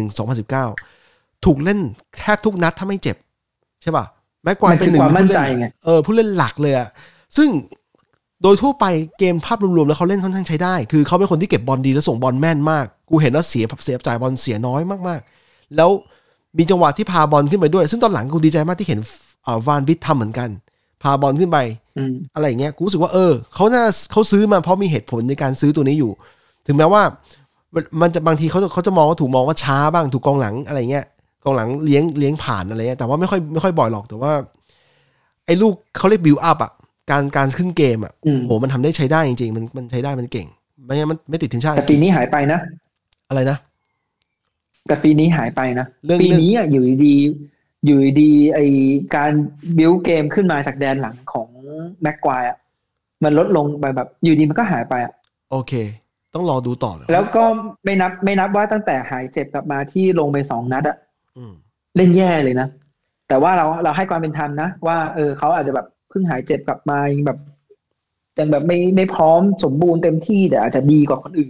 2019ถูกเล่นแทบทุกนัดถ้าไม่เจ็บใช่ป่ะแม็กควายเป็นหนึ่งผู้เล่นหลักเลยอะซึ่งโดยทั่วไปเกมภาพรวมๆแล้วเขาเล่นค่อนข้างใช้ได้คือเขาเป็นคนที่เก็บบอลดีแล้วส่งบอลแม่นมากกูเห็นว่าเสียจ่ายบอลเสียน้อยมากๆแล้วมีจังหวะที่พาบอลขึ้นไปด้วยซึ่งตอนหลังกูดีใจมากที่เห็นวานบิททำเหมือนกันพาบอลขึ้นไปอะไรอย่างเงี้ยกูรู้สึกว่าเขาซื้อมาเพราะมีเหตุผลในการซื้อตัวนี้อยู่ถึงแม้ว่ามันจะบางทีเขาจะมองว่าถูกมองว่าช้าบ้างถูกกองหลังอะไรเงี้ยกองหลังเลี้ยงผ่านอะไรเงี้ยแต่ว่าไม่ค่อยบ่อยหรอกแต่ว่าไอ้ลูกเขาเรียกบิวอัพอ่ะการขึ้นเกมอ่ะโหมันทำได้ใช้ได้จริงๆมันใช้ได้มันเก่งไม่งั้นมันไม่ติดทีมชาติแต่ปีนี้หายไปนะอะไรนะแต่ปีนี้หายไปนะปีนี้อ่ะอยู่ดีไอการบิวเกมขึ้นมาจากแดนหลังของแม็กควายอ่ะมันลดลงไปแบบอยู่ดีมันก็หายไปอ่ะโอเคต้องรอดูต่อแล้วก็ไม่นับว่าตั้งแต่หายเจ็บกลับมาที่ลงไป2 นัดอ่ะ เล่นแย่เลยนะแต่ว่าเราให้ความเป็นธรรมนะว่าเขาอาจจะแบบเพิ่งหายเจ็บกลับมายังแบบไม่พร้อมสมบูรณ์เต็มที่แต่อาจจะดีกว่าคนอื่น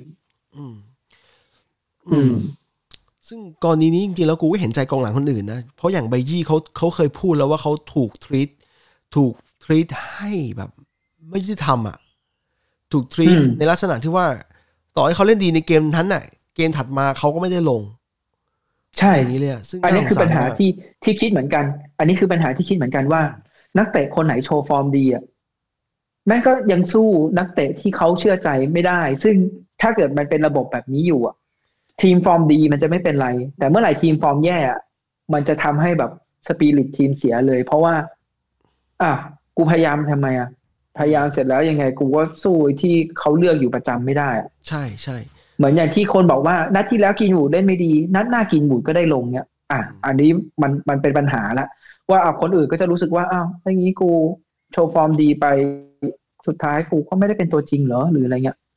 ซึ่งกรณีนี้จริงๆแล้วกูก็เห็นใจกองหลังคนอื่นนะเพราะอย่างไบยี่เขาเคยพูดแล้วว่าเขาถูกทรีตให้แบบไม่ยุติธรรมอ่ะถูกทรีตในลักษณะที่ว่าต่อให้เขาเล่นดีในเกมนั้นน่ะเกมถัดมาเขาก็ไม่ได้ลงใช่อย่างนี้เลยซึ่งอันนี้คือปัญหาที่คิดเหมือนกันอันนี้คือปัญหาที่คิดเหมือนกันว่านักเตะคนไหนโชว์ฟอร์มดีอ่ะแม่งก็ยังสู้นักเตะที่เขาเชื่อใจไม่ได้ซึ่งถ้าเกิดมันเป็นระบบแบบนี้อยู่อ่ะทีมฟอร์มดีมันจะไม่เป็นไรแต่เมื่อไหร่ทีมฟอร์มแย่มันจะทำให้แบบสปิริตทีมเสียเลยเพราะว่ากูพยายามทำไมพยายามเสร็จแล้วยังไงกูก็สู้ที่เขาเลือกอยู่ประจำไม่ได้ใช่ใช่เหมือนอย่างที่คนบอกว่านัดที่แล้วกินบูดเล่นไม่ดีนัดหน้ากินบูดก็ได้ลงเนี่ยอันนี้มันเป็นปัญหาละว่าคนอื่นก็จะรู้สึกว่าอย่างนี้กูโชว์ฟอร์มดีไปสุดท้ายกูก็ไม่ได้เป็นตัวจริงเหรอหรืออะไรเงี้ย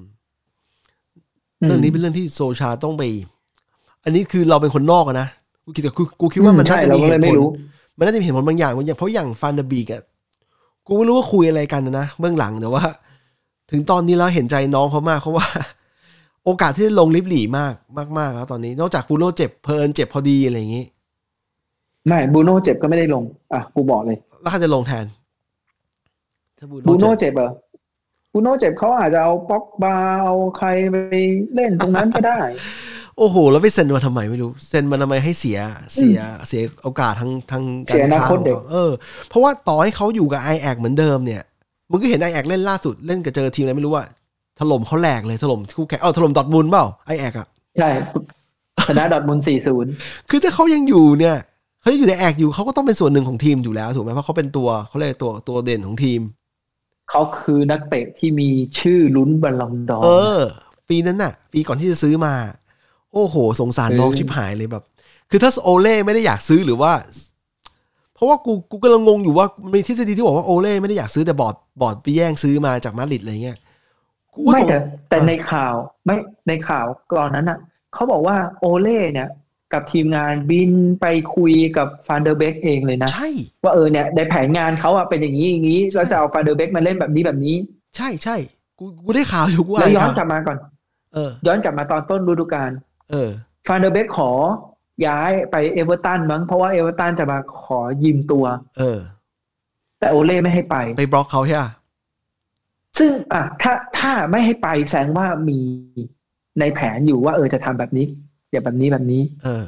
เรื่องนี้เป็นเรื่องที่โซชาต้องไปอันนี้คือเราเป็นคนนอกนะกูคิดว่ามันน่าจะมีเหตุผลมันน่าจะมีเหตุผลบางอย่างเพราะอย่างฟานเดอร์บีกกูไม่รู้ว่าคุยอะไรกันนะเบื้องหลังแต่ว่าถึงตอนนี้แล้วเห็นใจน้องเขามากเพราะว่าโอกาสที่จะลงลิฟหลี่มากแล้วตอนนี้นอกจากบูโน่เจ็บเพิร์นเจ็บพอดีอะไรอย่างงี้ไม่บูโน่เจ็บก็ไม่ได้ลงกูบอกเลยแล้วใครจะลงแทนบูโน่เจ็บบูโน่เจ็บเขาอาจจะเอาป็อกบาเอาใครไปเล่นตรงนั้นก็ได้โอ้โหแล้วไปเซ็นมาทำไมไม่รู้เซ็นมาทำไมให้เสียโอกาสทางการค้าเพราะว่าต่อให้เขาอยู่กับไอแอกเหมือนเดิมเนี่ยมึงก็เห็นไอแอกเล่นล่าสุดเล่นกับเจอทีมอะไรไม่รู้ว่าถล่มเขาแหลกเลยถล่มคู่แข่งถล่มดอร์ทมุนด์เปล่าไอแอกใช่ชนะดอร์ทมุนด์ 4-0 คือถ้าเขายังอยู่เนี่ยเขาอยู่ในแอกอยู่เขาก็ต้องเป็นส่วนหนึ่งของทีมอยู่แล้วถูกไหมเพราะเขาเป็นเขาเรียกตัวเด่นของทีมเขาคือนักเตะที่มีชื่อลุ้นบอลลงดอร์ปีนั้นน่ะปีก่อนที่จะซื้อมาโอ้โหสงสารน้องชิบหายเลยแบบคือถ้าโอเล่ไม่ได้อยากซื้อหรือว่าเพราะว่ากูกำลังงงอยู่ว่ามีทฤษฎีที่บอกว่าโอเล่ไม่ได้อยากซื้อแต่บอร์ดไปแย่งซื้อมาจากมาดริดอะไรเงี้ยไม่แต่ในข่าวไม่ในข่าวก่อนนั้นอ่ะเขาบอกว่าโอเล่เนี่ยกับทีมงานบินไปคุยกับฟานเดอร์เบกเองเลยนะใช่ว่าเนี่ยในแผนงานเขาเป็นอย่างนี้แล้วจะเอาฟานเดอร์เบกมาเล่นแบบนี้ใช่กูได้ข่าวอยู่กูแล้วย้อนกลับมาก่อนย้อนกลับมาตอนต้นฤดูกาลฟานเดอร์เบกขอย้ายไปเอเวอร์ตันมั้งเพราะว่าเอเวอร์ตันจะมาขอยืมตัวแต่โอเล่ไม่ให้ไปบล็อกเขาใช่ไหมซึ่งถ้าไม่ให้ไปแสดงว่ามีในแผนอยู่ว่าจะทำแบบนี้อย่าแบบนี้แบบนี้อ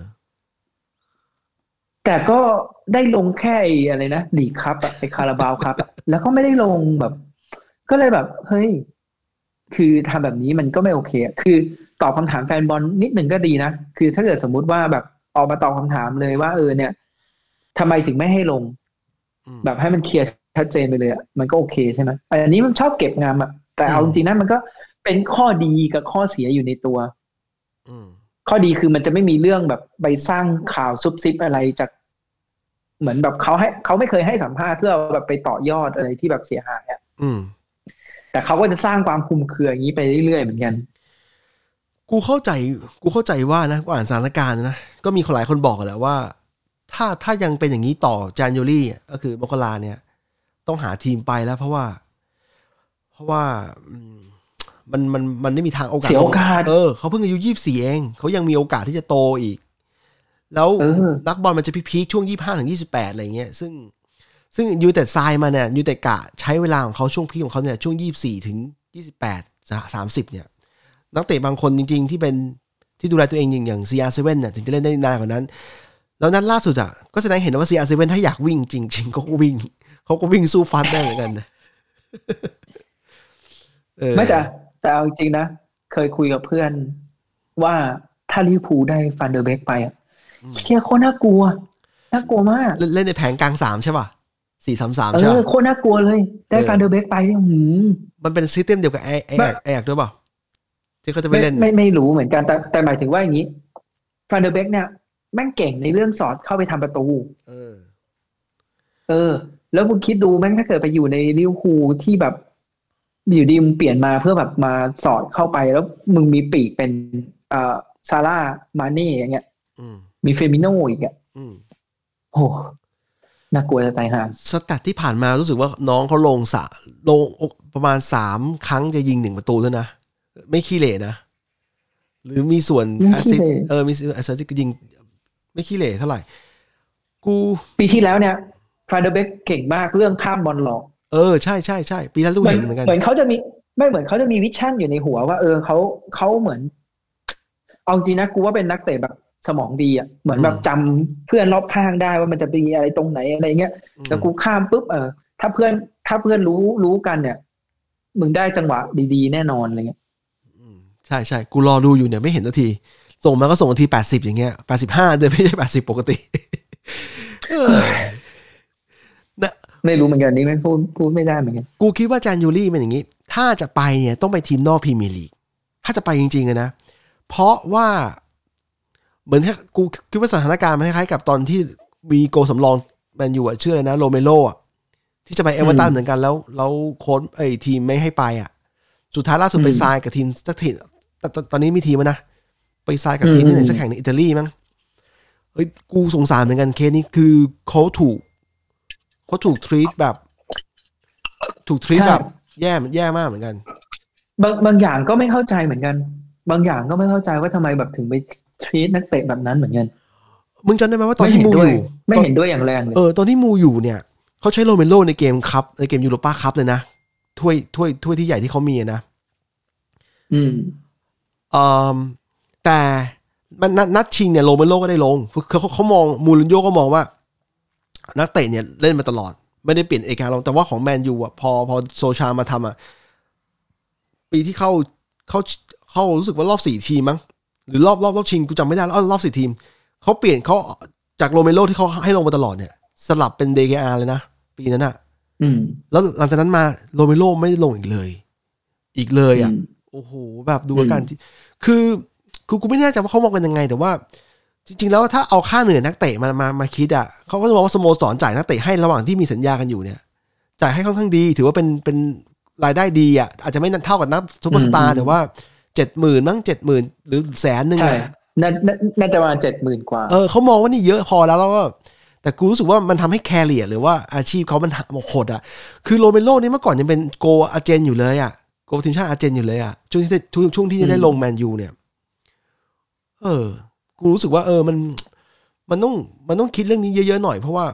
แต่ก็ได้ลงแค่อะไรนะลีกครับอะไอ้คาราบาวครับอะแล้วก็ไม่ได้ลงแบบ ก็เลยแบบเฮ้ยคือทำแบบนี้มันก็ไม่โอเคอะคือตอบคำถามแฟนบอลนิดหนึ่งก็ดีนะคือถ้าเกิดสมมุติว่าแบบออกมาตอบคำถามเลยว่าเนี่ยทำไมถึงไม่ให้ลงแบบให้มันเคลียร์ชัดเจนไปเลยอะมันก็โอเคใช่ไหมอันนี้มันชอบเก็บงำอะแต่เอาจริงๆนะมันก็เป็นข้อดีกับข้อเสียอยู่ในตัวข้อดีคือมันจะไม่มีเรื่องแบบไปสร้างข่าวซุบซิบอะไรจากเหมือนแบบเขาไม่เคยให้สัมภาษณ์เพื่อแบบไปต่อยอดอะไรที่แบบเสียหายอ่ะแต่เขาก็จะสร้างความคลุมเครืออย่างนี้ไปเรื่อยๆเหมือนกันกูเข้าใจว่านะกูอ่านสถานการณ์นะก็มีคนหลายคนบอกแหละว่าถ้ายังเป็นอย่างนี้ต่อจานยูรี่ก็คือมกราเนี่ยต้องหาทีมไปแล้วเพราะว่ามันไม่มีทางโอกาสเสียโอกาสเขาเพิ่งอายุ24เองเขายังมีโอกาสที่จะโตอีกแล้วนักบอลมันจะพีคช่วง25ถึง28อะไรเงี้ยซึ่งยูไนเต็ดทรายมาเนี่ยยูไนเต็ดกะใช้เวลาของเขาช่วงพีคของเขาเนี่ยช่วง24ถึง28 30เนี่ยนักเตะบางคนจริงๆที่เป็นที่ดูแลตัวเองอย่าง CR7 เนี่ยถึงจะเล่นได้นานกว่านั้นแล้วนั้นล่าสุดก็แสดงเห็นว่า CR7 ถ้าอยากวิ่งจริงๆเขาก็วิ่งสู้ฟัดได้เหมือนกันนะไม่แต่เอาจริงนะเคยคุยกับเพื่อนว่าถ้าลิเวอร์พูลได้ฟันเดอร์เบกไปเชี่ยโคตรน่ากลัวมากเล่นในแผงกลาง3ใช่ป่ะ4-3-3ใช่ป่ะโคตรน่ากลัวเลยได้ฟันเดอร์เบกไปเนี่ยมันเป็นซิสเต็มเดียวกับไอแอกด้วยป่ะที่เขาจะไปเล่นไม่รู้เหมือนกันแต่หมายถึงว่าอย่างนี้ฟันเดอร์เบกเนี่ยแม่งเก่งในเรื่องสอดเข้าไปทำประตูแล้วมึงคิดดูแม่งถ้าเกิดไปอยู่ในลิเวอร์พูลที่แบบอยู่ดีมึงเปลี่ยนมาเพื่อแบบมาสอดเข้าไปแล้วมึงมีปีกเป็นซาร่ามาเน่อย่างเงี้ยมีเฟมิโนอีกอ่ะโอ้น่ากลัวจะตายห่าสแตทที่ผ่านมารู้สึกว่าน้องเขาลงประมาณ3 ครั้งจะยิง1 ประตูแล้วนะไม่ขี้เหร่นะหรือมีส่วนแอสซิสต์มีแอสซิสต์ยิงไม่ขี้เหร่เท่าไหร่กูปีที่แล้วเนี่ยฟาเดอร์เบกเก่งมากเรื่องข้ามบอลหลอกใช่ปีนั้นลูกเห็นเหมือนกันเหมือนเขาจะมีไม่เหมือนเขาจะมีวิชั่นอยู่ในหัวว่าเขาเหมือนเอาจริงนะกูว่าเป็นนักเตะแบบสมองดีอ่ะเหมือนแบบจำเพื่อนรอบข้างได้ว่ามันจะมีอะไรตรงไหนอะไรเงี้ยแล้วกูข้ามปุ๊บถ้าเพื่อนรู้กันเนี่ยมึงได้จังหวะดีๆแน่นอนอะไรเงี้ยใช่กูรอดูอยู่เนี่ยไม่เห็นนาทีส่งมาก็ส่งนาที80อย่างเงี้ย85เดือนไม่ใช่80ปกติไม่รู้เหมือนกันนี่ไม่พูดไม่ได้เหมือนกันกูคิดว่าจานยูรี่เป็นอย่างนี้ถ้าจะไปเนี่ยต้องไปทีมนอกพรีเมียร์ลีกถ้าจะไปจริงๆนะเพราะว่าเหมือนกูคิดว่าสถานการณ์มันคล้ายๆกับตอนที่มีโกสำรองแมนยูชื่ออะไรนะโรเมโรที่จะไปเอเวอร์ตันเหมือนกันแล้วโค้ชทีมไม่ให้ไปสุดท้ายล่าสุดไปไซน์กับทีมสักทีตอนนี้มีทีมนะไปไซน์กับทีมที่ไหนสักแข่งในอิตาลีมั้งเฮ้ยกูสงสารเหมือนกันเคสนี้คือเขาถูกทรีตแบบแย่มากเหมือนกันบางอย่างก็ไม่เข้าใจเหมือนกันบางอย่างก็ไม่เข้าใจว่าทำไมแบบถึงไปทรีตนักเตะแบบนั้นเหมือนกันมึงจำได้ไหมว่าตอนที่มูอยู่ไม่เห็นด้วยอย่างแรงเลยตอนที่มูอยู่เนี่ยเขาใช้โรเมโรในเกมคัพในเกมยูโรป้าคัพเลยนะถ้วยที่ใหญ่ที่เขามีนะแต่มันนัดชิงเนี่ยโรเมโรก็ได้ลงเขามองมูรินโญ่ก็มองว่านักเตะเนี่ยเล่นมาตลอดไม่ได้เปลี่ยนเอกลักษณ์แต่ว่าของแมนยูพอโซชามาทำปีที่เข้ารู้สึกว่ารอบ4 ทีมมั้งหรือรอบชิงกูจำไม่ได้แล้วรอบ4 ทีมเขาเปลี่ยนเขาจากโรเมโรที่เขาให้ลงมาตลอดเนี่ยสลับเป็น DKR เลยนะปีนั้นแล้วหลังจากนั้นมาโรเมโรไม่ได้ลงอีกเลยโอ้โหแบบดูอาการคือกูไม่แน่ใจว่าเขามองกันยังไงแต่ว่าจริงๆแล้วถ้าเอาค่าเหนื่อยนักเตะมาคิดเขาก็จะมองว่าสโมสรจ่ายนักเตะให้ระหว่างที่มีสัญญากันอยู่เนี่ยจ่ายให้ค่อนข้างดีถือว่าเป็นรายได้ดีอาจจะไม่เท่ากับนักซุปเปอร์สตาร์แต่ว่า 70,000 มั้ง 70,000 หรือ100,000 ใช่น่าจะประมาณ 70,000 กว่าเขามองว่านี่เยอะพอแล้วก็แต่กูรู้สึกว่ามันทำให้แคเรียร์หรือว่าอาชีพเขามันหดคือโรเมโรนี่เมื่อก่อนยังเป็นโกอาร์เจนอยู่เลยโกทีมชาติอาร์เจนอยู่เลยช่วงที่จะได้ลงแมนยูเนี่ยกูรู้สึกว่ามันต้องคิดเรื่องนี้เยอะๆหน่อยเพราะว่า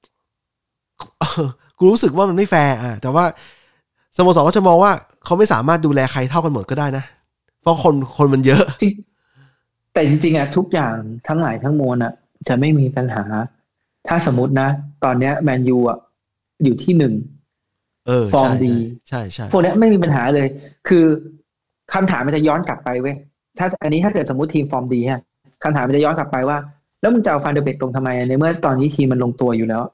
กูรู้สึกว่ามันไม่แฟร์แต่ว่าสโมสรก็จะมองว่าเขาไม่สามารถดูแลใครเท่ากันหมดก็ได้นะเพราะคนมันเยอะแแต่จริงๆทุกอย่างทั้งหลายทั้งมวลจะไม่มีปัญหาถ้าสมมตินะตอนเนี้ยแมนยูอยู่ที่1ฟอร์มดีใช่พวกนี้ไม่มีปัญหาเลยคือคำถามมันจะย้อนกลับไปเว้ยถ้าอันนี้ถ้าเกิดสมมติทีมฟอร์มดีฮะคำถามมันจะย้อนกลับไปว่าแล้วมึงจะเอาฟันเดอร์เบกลงทำไมในเมื่อตอนนี้ทีมมันลงตัวอยู่แล้ว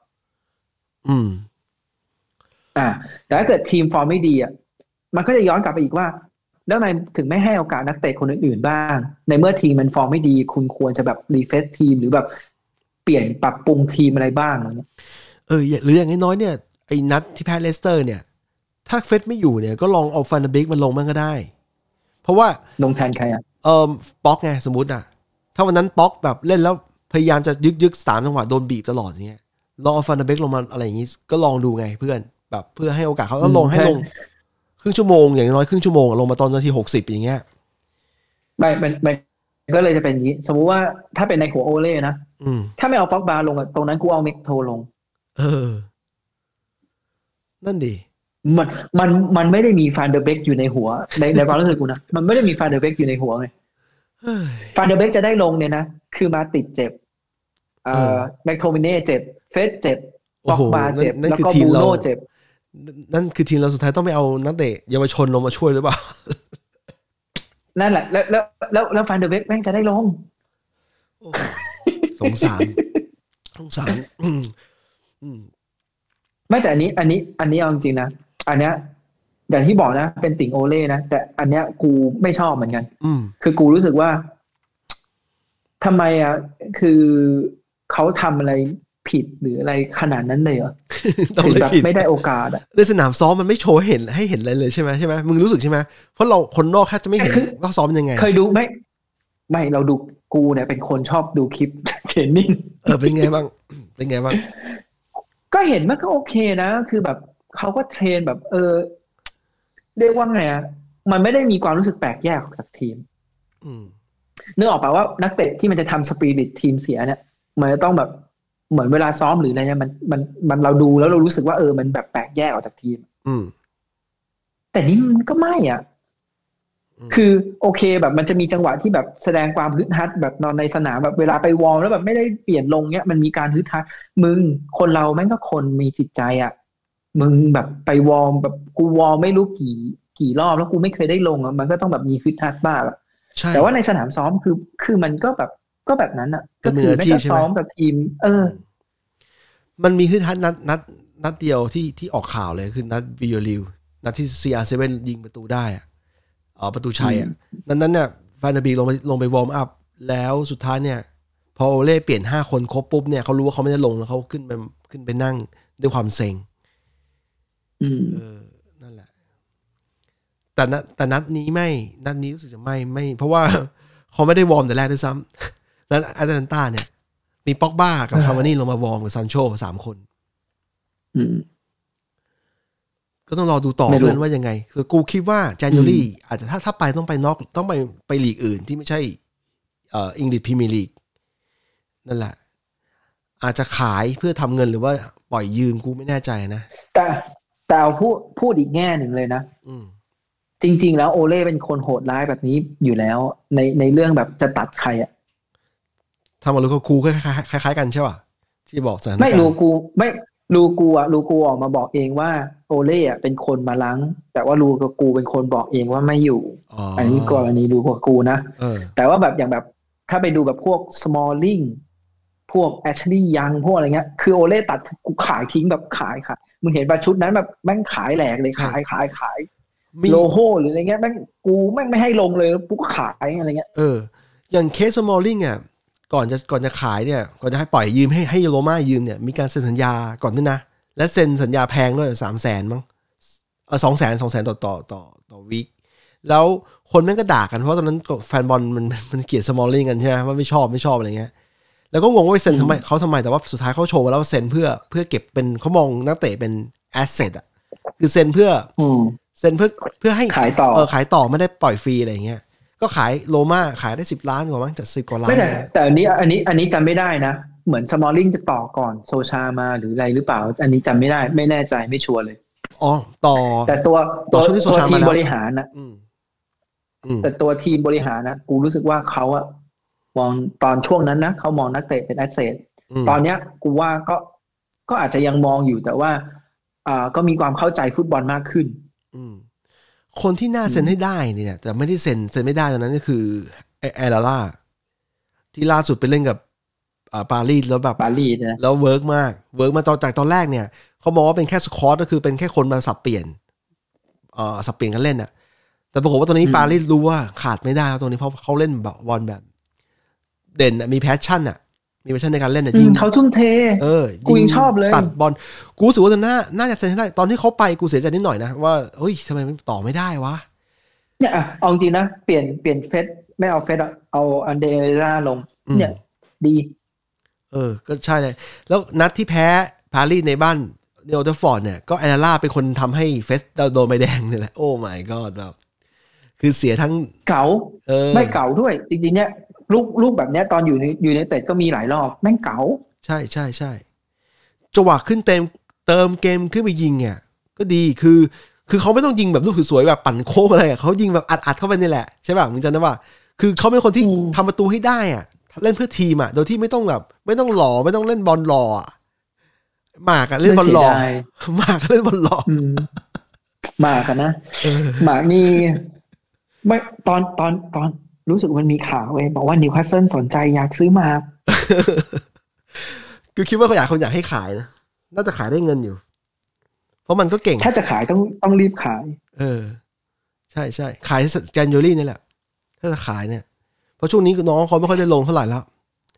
แต่ถ้าเกิดทีมฟอร์มไม่ดีมันก็จะย้อนกลับไปอีกว่าแล้วทำไมถึงไม่ให้โอกาสนักเตะคนอื่นๆบ้างในเมื่อทีมมันฟอร์มไม่ดีคุณควรจะแบบรีเฟซทีมหรือแบบเปลี่ยนปรับปรุงทีมอะไรบ้างอะไรเงี้ยหรืออย่างน้อยเนี่ยไอ้นัดที่แพ้เลสเตอร์เนี่ยถ้าเฟสไม่อยู่เนี่ยก็ลองเอาฟันเดอร์เบกมันลงมันก็ได้เพราะว่าลงแทนใครป๊อกไงสมมติถ้าวันนั้นป๊อกแบบเล่นแล้วพยายามจะยึก3จังหวะโดนบีบตลอดอย่างเงี้ยลองเอาฟันเดอร์เบกลงมาอะไรอย่างงี้ก็ลองดูไงเพื่อนแบบเพื่อให้โอกาสเขาแล้วลงให้ลงครึ่งชั่วโมงอย่างน้อยครึ่งชั่วโมงลงมาตอนนาที60อย่างเงี้ยไม่ก็เลยจะเป็นอย่างนี้สมมุติว่าถ้าเป็นในหัวโอเล่นะถ้าไม่เอาป๊อกบาลงตรงนั้นกูเอาเมกโทลงนั่นดิมันไม่ได้มีฟานเดอร์เบกอยู่ในหัวในความรู้สึกกูนะมันไม่ได้มีฟานเดอร์เบกอยู่ในหัวไงฟานเดอร์เบกจะได้ลงเนี่ยนะคือมาติดเจ็บแมคโทมิเน่เจ็บเฟสเจ็บป๊อกบาเจ็บแล้วก็บูโน่เจ็บนั่นคือทีมเราสุดท้ายต้องไปเอานักเตะเยาวชนลงมาช่วยหรือเปล่านั่นแหละแล้วฟานเดอร์เบกแม่งจะได้ลงสงสารไม่แต่อันนี้เอาจริงๆนะอันเนี้ยอย่างที่บอกนะเป็นติ่งโอเล่นะแต่อันเนี้ยกูไม่ชอบเหมือนกันคือกูรู้สึกว่าทำไมคือเขาทำอะไรผิดหรืออะไรขนาดนั้นเลยเหรอถึงแบบไม่ได้โอกาสในสนามซ้อมมันไม่โชว์ให้เห็นอะไรเลยใช่ไหมมึงรู้สึกใช่ไหมเพราะเราคนนอกแค่จะไม่เห็นว่าซ้อมยังไงเคยดูไม่เราดูกูเนี่ยเป็นคนชอบดูคลิปเทรนนิ่งเป็นไงบ้างก็เห็นมันก็โอเคนะคือแบบเขาก็เทรนแบบเรียกว่าไงมันไม่ได้มีความรู้สึกแปลกแยกจากทีมนึกออกป่ะว่านักเตะที่มันจะทำสปิริตทีมเสียเนี่ยมันจะต้องแบบเหมือนเวลาซ้อมหรืออะไรเนี่ยมันเราดูแล้วเรารู้สึกว่ามันแบบแปลกแยกออกจากทีมแต่นี่มันก็ไม่คือโอเคแบบมันจะมีจังหวะที่แบบแสดงความฮึดฮัดแบบนอนในสนามแบบเวลาไปวอร์มแล้วแบบไม่ได้เปลี่ยนลงเนี้ยมันมีการฮึดฮัดมึงคนเราแม่งก็คนมีจิตใจมึงแบบไปวอร์มแบบกูวอร์มไม่รู้กี่รอบแล้วกูไม่เคยได้ลงมันก็ต้องแบบมีฮึดฮัดบ้างแต่ว่าในสนามซ้อมคือมันก็แบบนั้นก็คือไม่ได้ซ้อมกับทีมมันมีฮึดฮัดนัดเดียวที่ออกข่าวเลยคือนัดวิโอลิวนัดที่ CR7 ยิงประตูได้ประตูชัยนั้นเนี่ยฟานเดอร์บีลงไปวอร์มอัพแล้วสุดท้ายเนี่ยพอโอเล่เปลี่ยน5คนครบปุ๊บเนี่ยเขารู้ว่าเขาไม่ได้ลงแล้วเขาขึ้นไปนั่งด้วยความเซ็งนั่นแหละแต่นัดนี้รู้สึกจะไม่เพราะว่าเขาไม่ได้วอร์มแต่แรกด้วยซ้ำนัดแอตแลนต้าเนี่ยมีป็อกบ้ากับคาวานี่ลงมาวอร์มกับซันโช3 คนก็ต้องรอดูต่อเพื่อนว่ายังไงคือกูคิดว่าจานยูรี่อาจจะถ้าไปต้องไปนอกต้องไปลีกอื่นที่ไม่ใช่อังกฤษพรีเมียร์ลีกนั่นแหละอาจจะขายเพื่อทำเงินหรือว่าปล่อยยืมกูไม่แน่ใจนะแต่เอาพูดอีกแง่หนึ่งเลยนะจริงๆแล้วโอเล่เป็นคนโหดร้ายแบบนี้อยู่แล้วในเรื่องแบบจะตัดใครทำมาลูกคูคล้ายๆกันใช่ป่ะที่บอกสถานการณ์ไม่ลูกูออกมาบอกเองว่าโอเล่เป็นคนมาล้างแต่ว่าลูกูเป็นคนบอกเองว่าไม่อยู่อันนี้กรณีลูกูนะแต่ว่าแบบอย่างแบบถ้าไปดูแบบพวก Smalling พวก Ashley Young พวกอะไรเงี้ยคือโอเล่ตัดกูขายทิ้งแบบขายมึงเห็นป่ะชุดนั้นแบบแม่งขายแหลกเลยขายโลโก้หรืออะไรเงี้ยแม่งกูแม่งไม่ให้ลงเลยกูก็ขายอะไรเงี้ยอย่างเคส Smalling ก่อนจะขายเนี่ยก่อนจะให้ปล่อยยืมให้โรม่ายืมเนี่ยมีการเซ็นสัญญาก่อนด้วยนะและเซ็นสัญญาแพงด้วย300,000มั้ง200,000ต่อวีคแล้วคนแม่งก็ด่ากันเพราะตอนนั้นแฟนบอลมันเกลียด Smalling กันใช่ไหมว่าไม่ชอบอะไรเงี้ยแล้วก็งงว่าไปเซ็นทำไมแต่ว่าสุดท้ายเขาโชว์แล้วว่าเซ็นเพื่อเก็บเป็นเขามองนักเตะเป็นแอสเซทคือเซ็นเพื่อให้ขายต่อไม่ได้ปล่อยฟรีอะไรเงี้ยก็ขายโรม่าขายได้10 ล้านกว่ามั้งจาก10 กว่าล้านไม่แต่อันนี้จำไม่ได้นะเหมือน Smalling จะต่อก่อนโซชามาหรืออะไรหรือเปล่าอันนี้จำไม่ได้ไม่แน่ใจไม่ชัวร์เลยต่อแต่ตัวทีมบริหารนะแต่ตัวทีมบริหารนะกูรู้สึกว่าเขามองตอนช่วงนั้นนะเขามองนักเตะเป็นแอสเซทตอนเนี้ยกูว่าก็อาจจะยังมองอยู่แต่ว่าก็มีความเข้าใจฟุตบอลมากขึ้นคนที่น่าเซ็นให้ได้เนี่ยแต่ไม่ได้เซ็นไม่ได้ตอนนั้นก็คือแอลล่าที่ล่าสุดไปเล่นกับปารีสแล้วแบบปารีสนะแล้วเวิร์กมาจากตอนแรกเนี่ยเขาบอกว่าเป็นแค่สควอตก็คือเป็นแค่คนมาสับเปลี่ยนกันเล่นอ่ะแต่ปรากฏว่าตอนนี้ปารีสรู้ว่าขาดไม่ได้ตรงนี้เพราะเขาเล่นแบบบอลแบบเด่นมีแพชชั่นอ่ะมีแพชชั่นในการเล่นยิงเขาทุ่มเทกูยังชอบเลยตัดบอลกูรู้สึกว่าน่าจะเซ็นให้ได้ตอนที่เขาไปกูเสียใจนิดหน่อยนะว่าเฮ้ยทำไมต่อไม่ได้วะเนี่ยเอาจริงนะเปลี่ยนเฟสไม่เอาเฟสเอาอันเดร่าลงเนี่ยดีก็ใช่เลยแล้วนัดที่แพ้ปารีสในบ้านเนโอเทอร์ฟอร์ดเนี่ยก็แอลล่าเป็นคนทำให้เฟสโดนใบแดงเนี่ยแหละโอ้ my god แบบคือเสียทั้งเก๋าไม่เก๋าด้วยจริงๆเนี่ยลูกแบบเนี้ยตอนอยู่ในเตะก็มีหลายรอบแม่งเก๋าใช่จังหวะขึ้นเติมเกมขึ้นไปยิงเนี่ยก็ดีคือเขาไม่ต้องยิงแบบลูกสวยๆแบบปั่นโค้งอะไรเขายิงแบบอัดเข้าไปนี่แหละใช่ป่ะมึงจำได้ป่ะคือเขาเป็นคนที่ทำประตูให้ได้อ่ะเล่นเพื่อทีมอ่ะโดยที่ไม่ต้องแบบไม่ต้องหล่อไม่ต้องเล่นบอลหล่อหมากเล่นบอลหล่อหมากเล่นบอลหล่อหมากนะหมากนี่ไม่ตอนรู้สึกมันมีข่าวบอกว่านิวคาสเซิลสนใจอยากซื้อหมากคือคิดว่าเขาอยากให้ขายนะน่าจะขายได้เงินอยู่เพราะมันก็เก่งถ้าจะขายต้องรีบขายใช่ขายแกนโยลี่นี่แหละถ้าจะขายเนี่ยเพราะช่วงนี้น้องเขาไม่ค่อยได้ลงเท่าไหร่แล้ว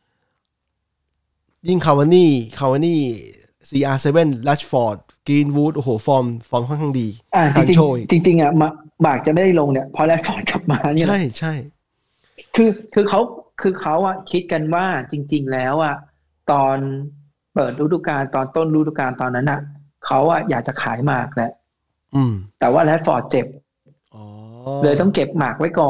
ยิ่งคาวานี่ CR7 ลัชฟอร์ดกรีนวูดโอ้โหฟอร์มค่อนข้างดีจริงหมากจะไม่ได้ลงเนี่ยพอแรดฟอร์ดกลับมาเนี่ยใช่คือเขาคิดกันว่าจริงๆแล้วตอนเปิดฤดูกาลตอนต้นฤดูกาลตอนนั้นเขาอยากจะขายหมากแหละแต่ว่าแรดฟอร์ดเจ็บเลยต้องเก็บหมากไว้ก่อน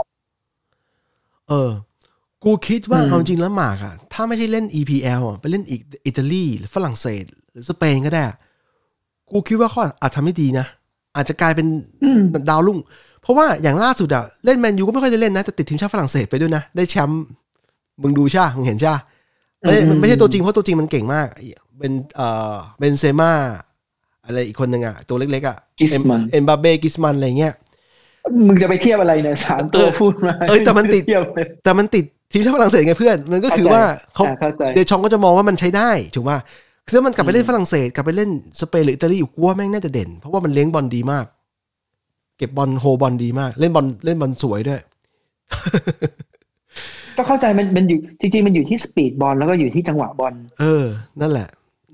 กูคิดว่าเอาจริงแล้วหมากถ้าไม่ใช่เล่น EPL ไปเล่นอีกอิตาลีหรือฝรั่งเศสหรือสเปนก็ได้กูคิดว่าเขาอาจทำไม่ดีนะอาจจะกลายเป็นดาวรุ่งเพราะว่าอย่างล่าสุดเล่นแมนยูก็ไม่ค่อยได้เล่นนะแต่ติดทีมชาติฝรั่งเศสไปด้วยนะได้แชมป์มึงดูใช่มึงเห็นใช่ไม่ใช่ตัวจริงเพราะตัวจริงมันเก่งมากเป็นเซม่าอะไรอีกคนนึงตัวเล็กๆกิสมันเอ็มบาเบ้กิสมันอะไรเงี้ยมึงจะไปเทียบอะไรเนี่ย3ตัวพูดมาแต่มันติดทีมชาติฝรั่งเศสไงเพื่อนมันก็คือว่าเขาเดชองก็จะมองว่ามันใช้ได้ถูกป่ะคือมันกลับไปเล่นฝรั่งเศสกลับไปเล่นสเปนหรืออิตาลีอยู่กูว่าแม่งน่าจะเด่นเพราะว่ามันเลี้ยงบอลดีมากเก็บบอลโฮบอลดีมากเล่นบอลสวยด้วยก็เข้าใจมันอยู่จริงๆมันอยู่ที่สปีดบอลแล้วก็อยู่ที่จังหวะบอลนั่นแหละ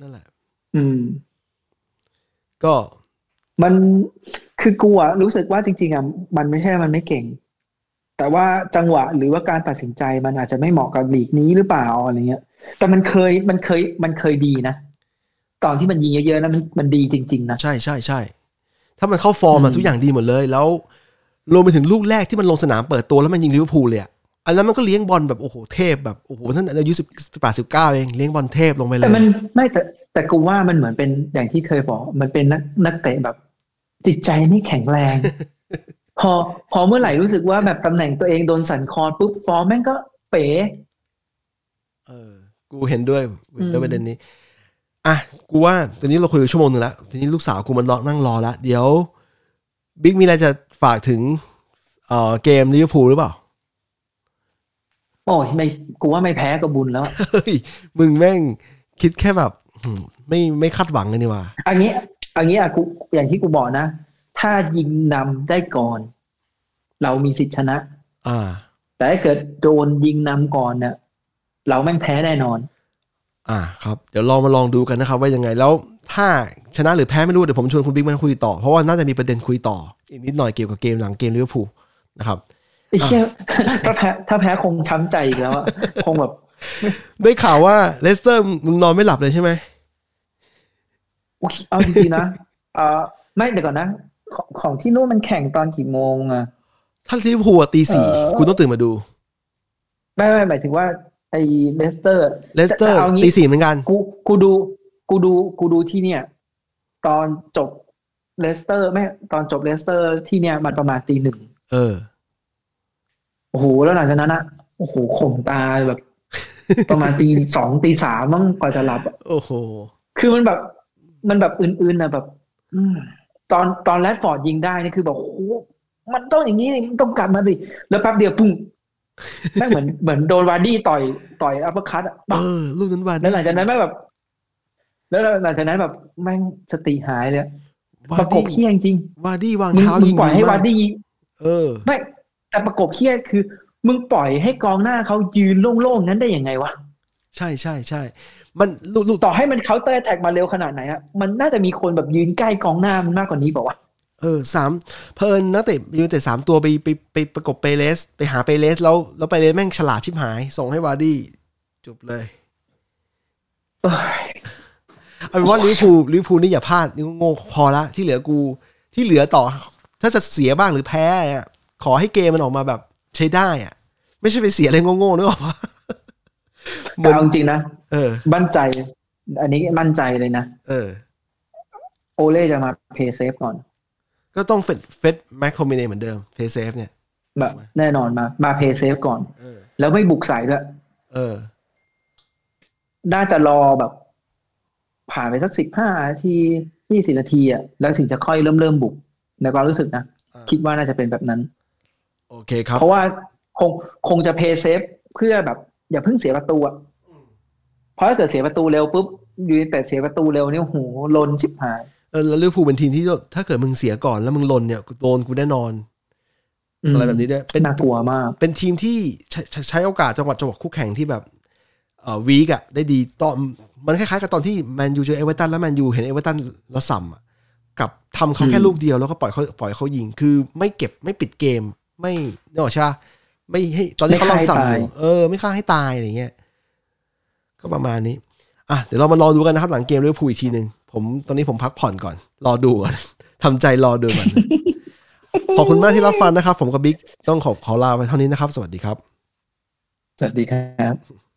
ก็มันคือกูรู้สึกว่าจริงๆมันไม่ใช่มันไม่เก่งแต่ว่าจังหวะหรือว่าการตัดสินใจมันอาจจะไม่เหมาะกับลีกนี้หรือเปล่าอะไรเงี้ยแต่มันเคยดีนะตอนที่มันยิงเยอะๆนะมันดีจริงๆนะใช่ถ้ามันเข้าฟอร์มทุกอย่างดีหมดเลยแล้วรวมไปถึงลูกแรกที่มันลงสนามเปิดตัวแล้วมันยิงลิเวอร์พูลเลยอันนั้นมันก็เลี้ยงบอลแบบโอ้โหเทพแบบโอ้โหท่านอายุ18-19เองเลี้ยงบอลเทพลงไปเลยแต่มันไม่แต่กูว่ามันเหมือนเป็นอย่างที่เคยบอกมันเป็นนักเตะแบบจิตใจไม่แข็งแรงพอเมื่อไหร่รู้สึกว่าแบบตำแหน่งตัวเองโดนสั่นคลอนปุ๊บฟอร์มแม่งก็เป๋กูเห็นด้วยประเด็นนี้กูว่าตอนนี้เราคุยชั่วโมงนึงแล้วทีนี้ลูกสาวกูมันนั่งรอแล้วเดี๋ยวบิ๊กมีอะไรจะฝากถึงเกมลิเวอร์พูลหรือเปล่าโอ้ยไม่กูว่าไม่แพ้ก็บุญแล้วเฮ้ยมึงแม่งคิดแค่แบบไม่คาดหวังเลยนี่ว่าอันนี้กูอย่างที่กูบอกนะถ้ายิงนำได้ก่อนเรามีสิทธิชนะแต่ถ้าเกิดโดนยิงนำก่อนเนี่ยเราแม่งแพ้แน่นอนครับเดี๋ยวมาลองดูกันนะครับว่ายังไงแล้วถ้าชนะหรือแพ้ไม่รู้เดี๋ยวผมชวนคุณบิ๊กมาคุยต่อเพราะว่าน่าจะมีประเด็นคุยต่ออีกนิดหน่อยเกี่ยวกับเกมหลังเกมลิเวอร์พูลนะครับถ้าแพ้คงช้ำใจอีกแล้วคงแบบได้ข่าวว่าเลสเตอร์มึงนอนไม่หลับเลยใช่ไหมเอาจริงๆนะไม่เดี๋ยวก่อนนะของที่นู้นมันแข่งตอนกี่โมงถ้าลิเวอร์พูลตี 4คุณต้องตื่นมาดูไม่หมายถึงว่าไอ้เลสเตอร์ตี 4เหมือนกันกูดูที่เนี่ยตอนจบเลสเตอร์ไม่ตอนจบเลสเตอร์ที่เนี่ยมันประมาณตี 1โอ้โหแล้วหลังจากนั้นโอ้โหข่มตาแบบ ประมาณตีสองตีสามมั้งกว่าจะหลับอะโอ้โหคือมันแบบอื่นๆนะแบบอืมตอนแรดฟอร์ดยิงได้นี่คือแบบโอ้โหมันต้องอย่างนี้มันต้องกลับมาสิแล้วแป๊บเดียวปุ้งแม่งเหมือนโดนวาร์ดี้ต่อยอัปเปอร์คัตอะเอปักอลูกนั้นวาแล้วหลังดี้ยิงจากนั้นแม่งแบบแล้วหลังจากนั้นแบบแม่งสติหายเลยประกบวาร์ดี้เฮี้ยจริงวาร์ดี้วางๆมึงเท้ายิงมึงปล่อยให้ดีมากวาร์ดี้เออไม่แต่ประกบเคียคือมึงปล่อยให้กองหน้าเขายืนโล่งๆงั้นได้ยังไงวะใช่ใช่ใช่มันลูกต่อให้มันเคาน์เตอร์แท็กมาเร็วขนาดไหนอะมันน่าจะมีคนแบบยืนใกล้กองหน้ามันมากกว่านี้บอกว่าสามเพลินนักเตะยูไนเต็ด3 ตัวไปประกบเปเรสไปหาเปเรสแล้วเปเรสแม่งฉลาดชิบหายส่งให้วาร์ดี้จบเลยเอาเป็นว่าลิเวอร์พูลนี่อย่าพลาดนี่โง่พอละที่เหลือกูที่เหลือต่อถ้าจะเสียบ้างหรือแพ้อะขอให้เกมมันออกมาแบบใช้ได้อะไม่ใช่ไปเสียอะไรโง่ๆนึกออกปะเหมือนแต่เอาจริงนะเออมั่นใจอันนี้มั่นใจเลยนะเออโอเล่จะมาเพย์เซฟก่อนก็ต้องเฟดแม็กโทมิเนเหมือนเดิมเพย์เซฟเนี่ยแบบแน่นอนมาเพย์เซฟก่อนเออแล้วไม่บุกใส่ด้วยเออน่าจะรอแบบผ่านไปสัก15 นาที20 นาทีอะแล้วถึงจะค่อยเริ่มบุกในความรู้สึกนะคิดว่าน่าจะเป็นแบบนั้นโอเคครับเพราะว่าคงคงจะเพย์เซฟเพื่อแบบอย่าเพิ่งเสียประตูอ่ะเพราะถ้าเกิดเสียประตูเร็วปุ๊บยูไนเต็ดเสียประตูเร็วเนี่ยโหลนชิบหายแล้วลิเวอร์พูลเป็นทีมที่ถ้าเกิดมึงเสียก่อนแล้วมึงลนเนี่ยโดนกูแน่นอนอะไรแบบนี้ด้วยน่ากลัวมากเป็นทีมที่ใช้โอกาสจังหวะคู่แข่งที่แบบวีกอะได้ดีตอนมันคล้ายๆกับตอนที่แมนยูเจอเอเวอร์ตันแล้วแมนยูเห็นเอเวอร์ตันแล้วซ้ำอะกับทำเขาแค่ลูกเดียวแล้วก็ปล่อยเขายิงคือไม่เก็บไม่ปิดเกมไม่เนอะใช่ไม่ให้ตอนนี้เขาลองซ้ำอยู่ไม่ฆ่าให้ตายอะไรเงี้ยก็ประมาณนี้อ่ะเดี๋ยวเรามารอดูกันนะครับหลังเกมลิเวอร์พูลอีกทีนึงตอนนี้ผมพักผ่อนก่อนรอดูก่อนทำใจรอดูก่อนขอบคุณมากที่รับฟังนะครับผมกับบิ๊กต้องขอลาไปเท่านี้นะครับสวัสดีครับสวัสดีครับ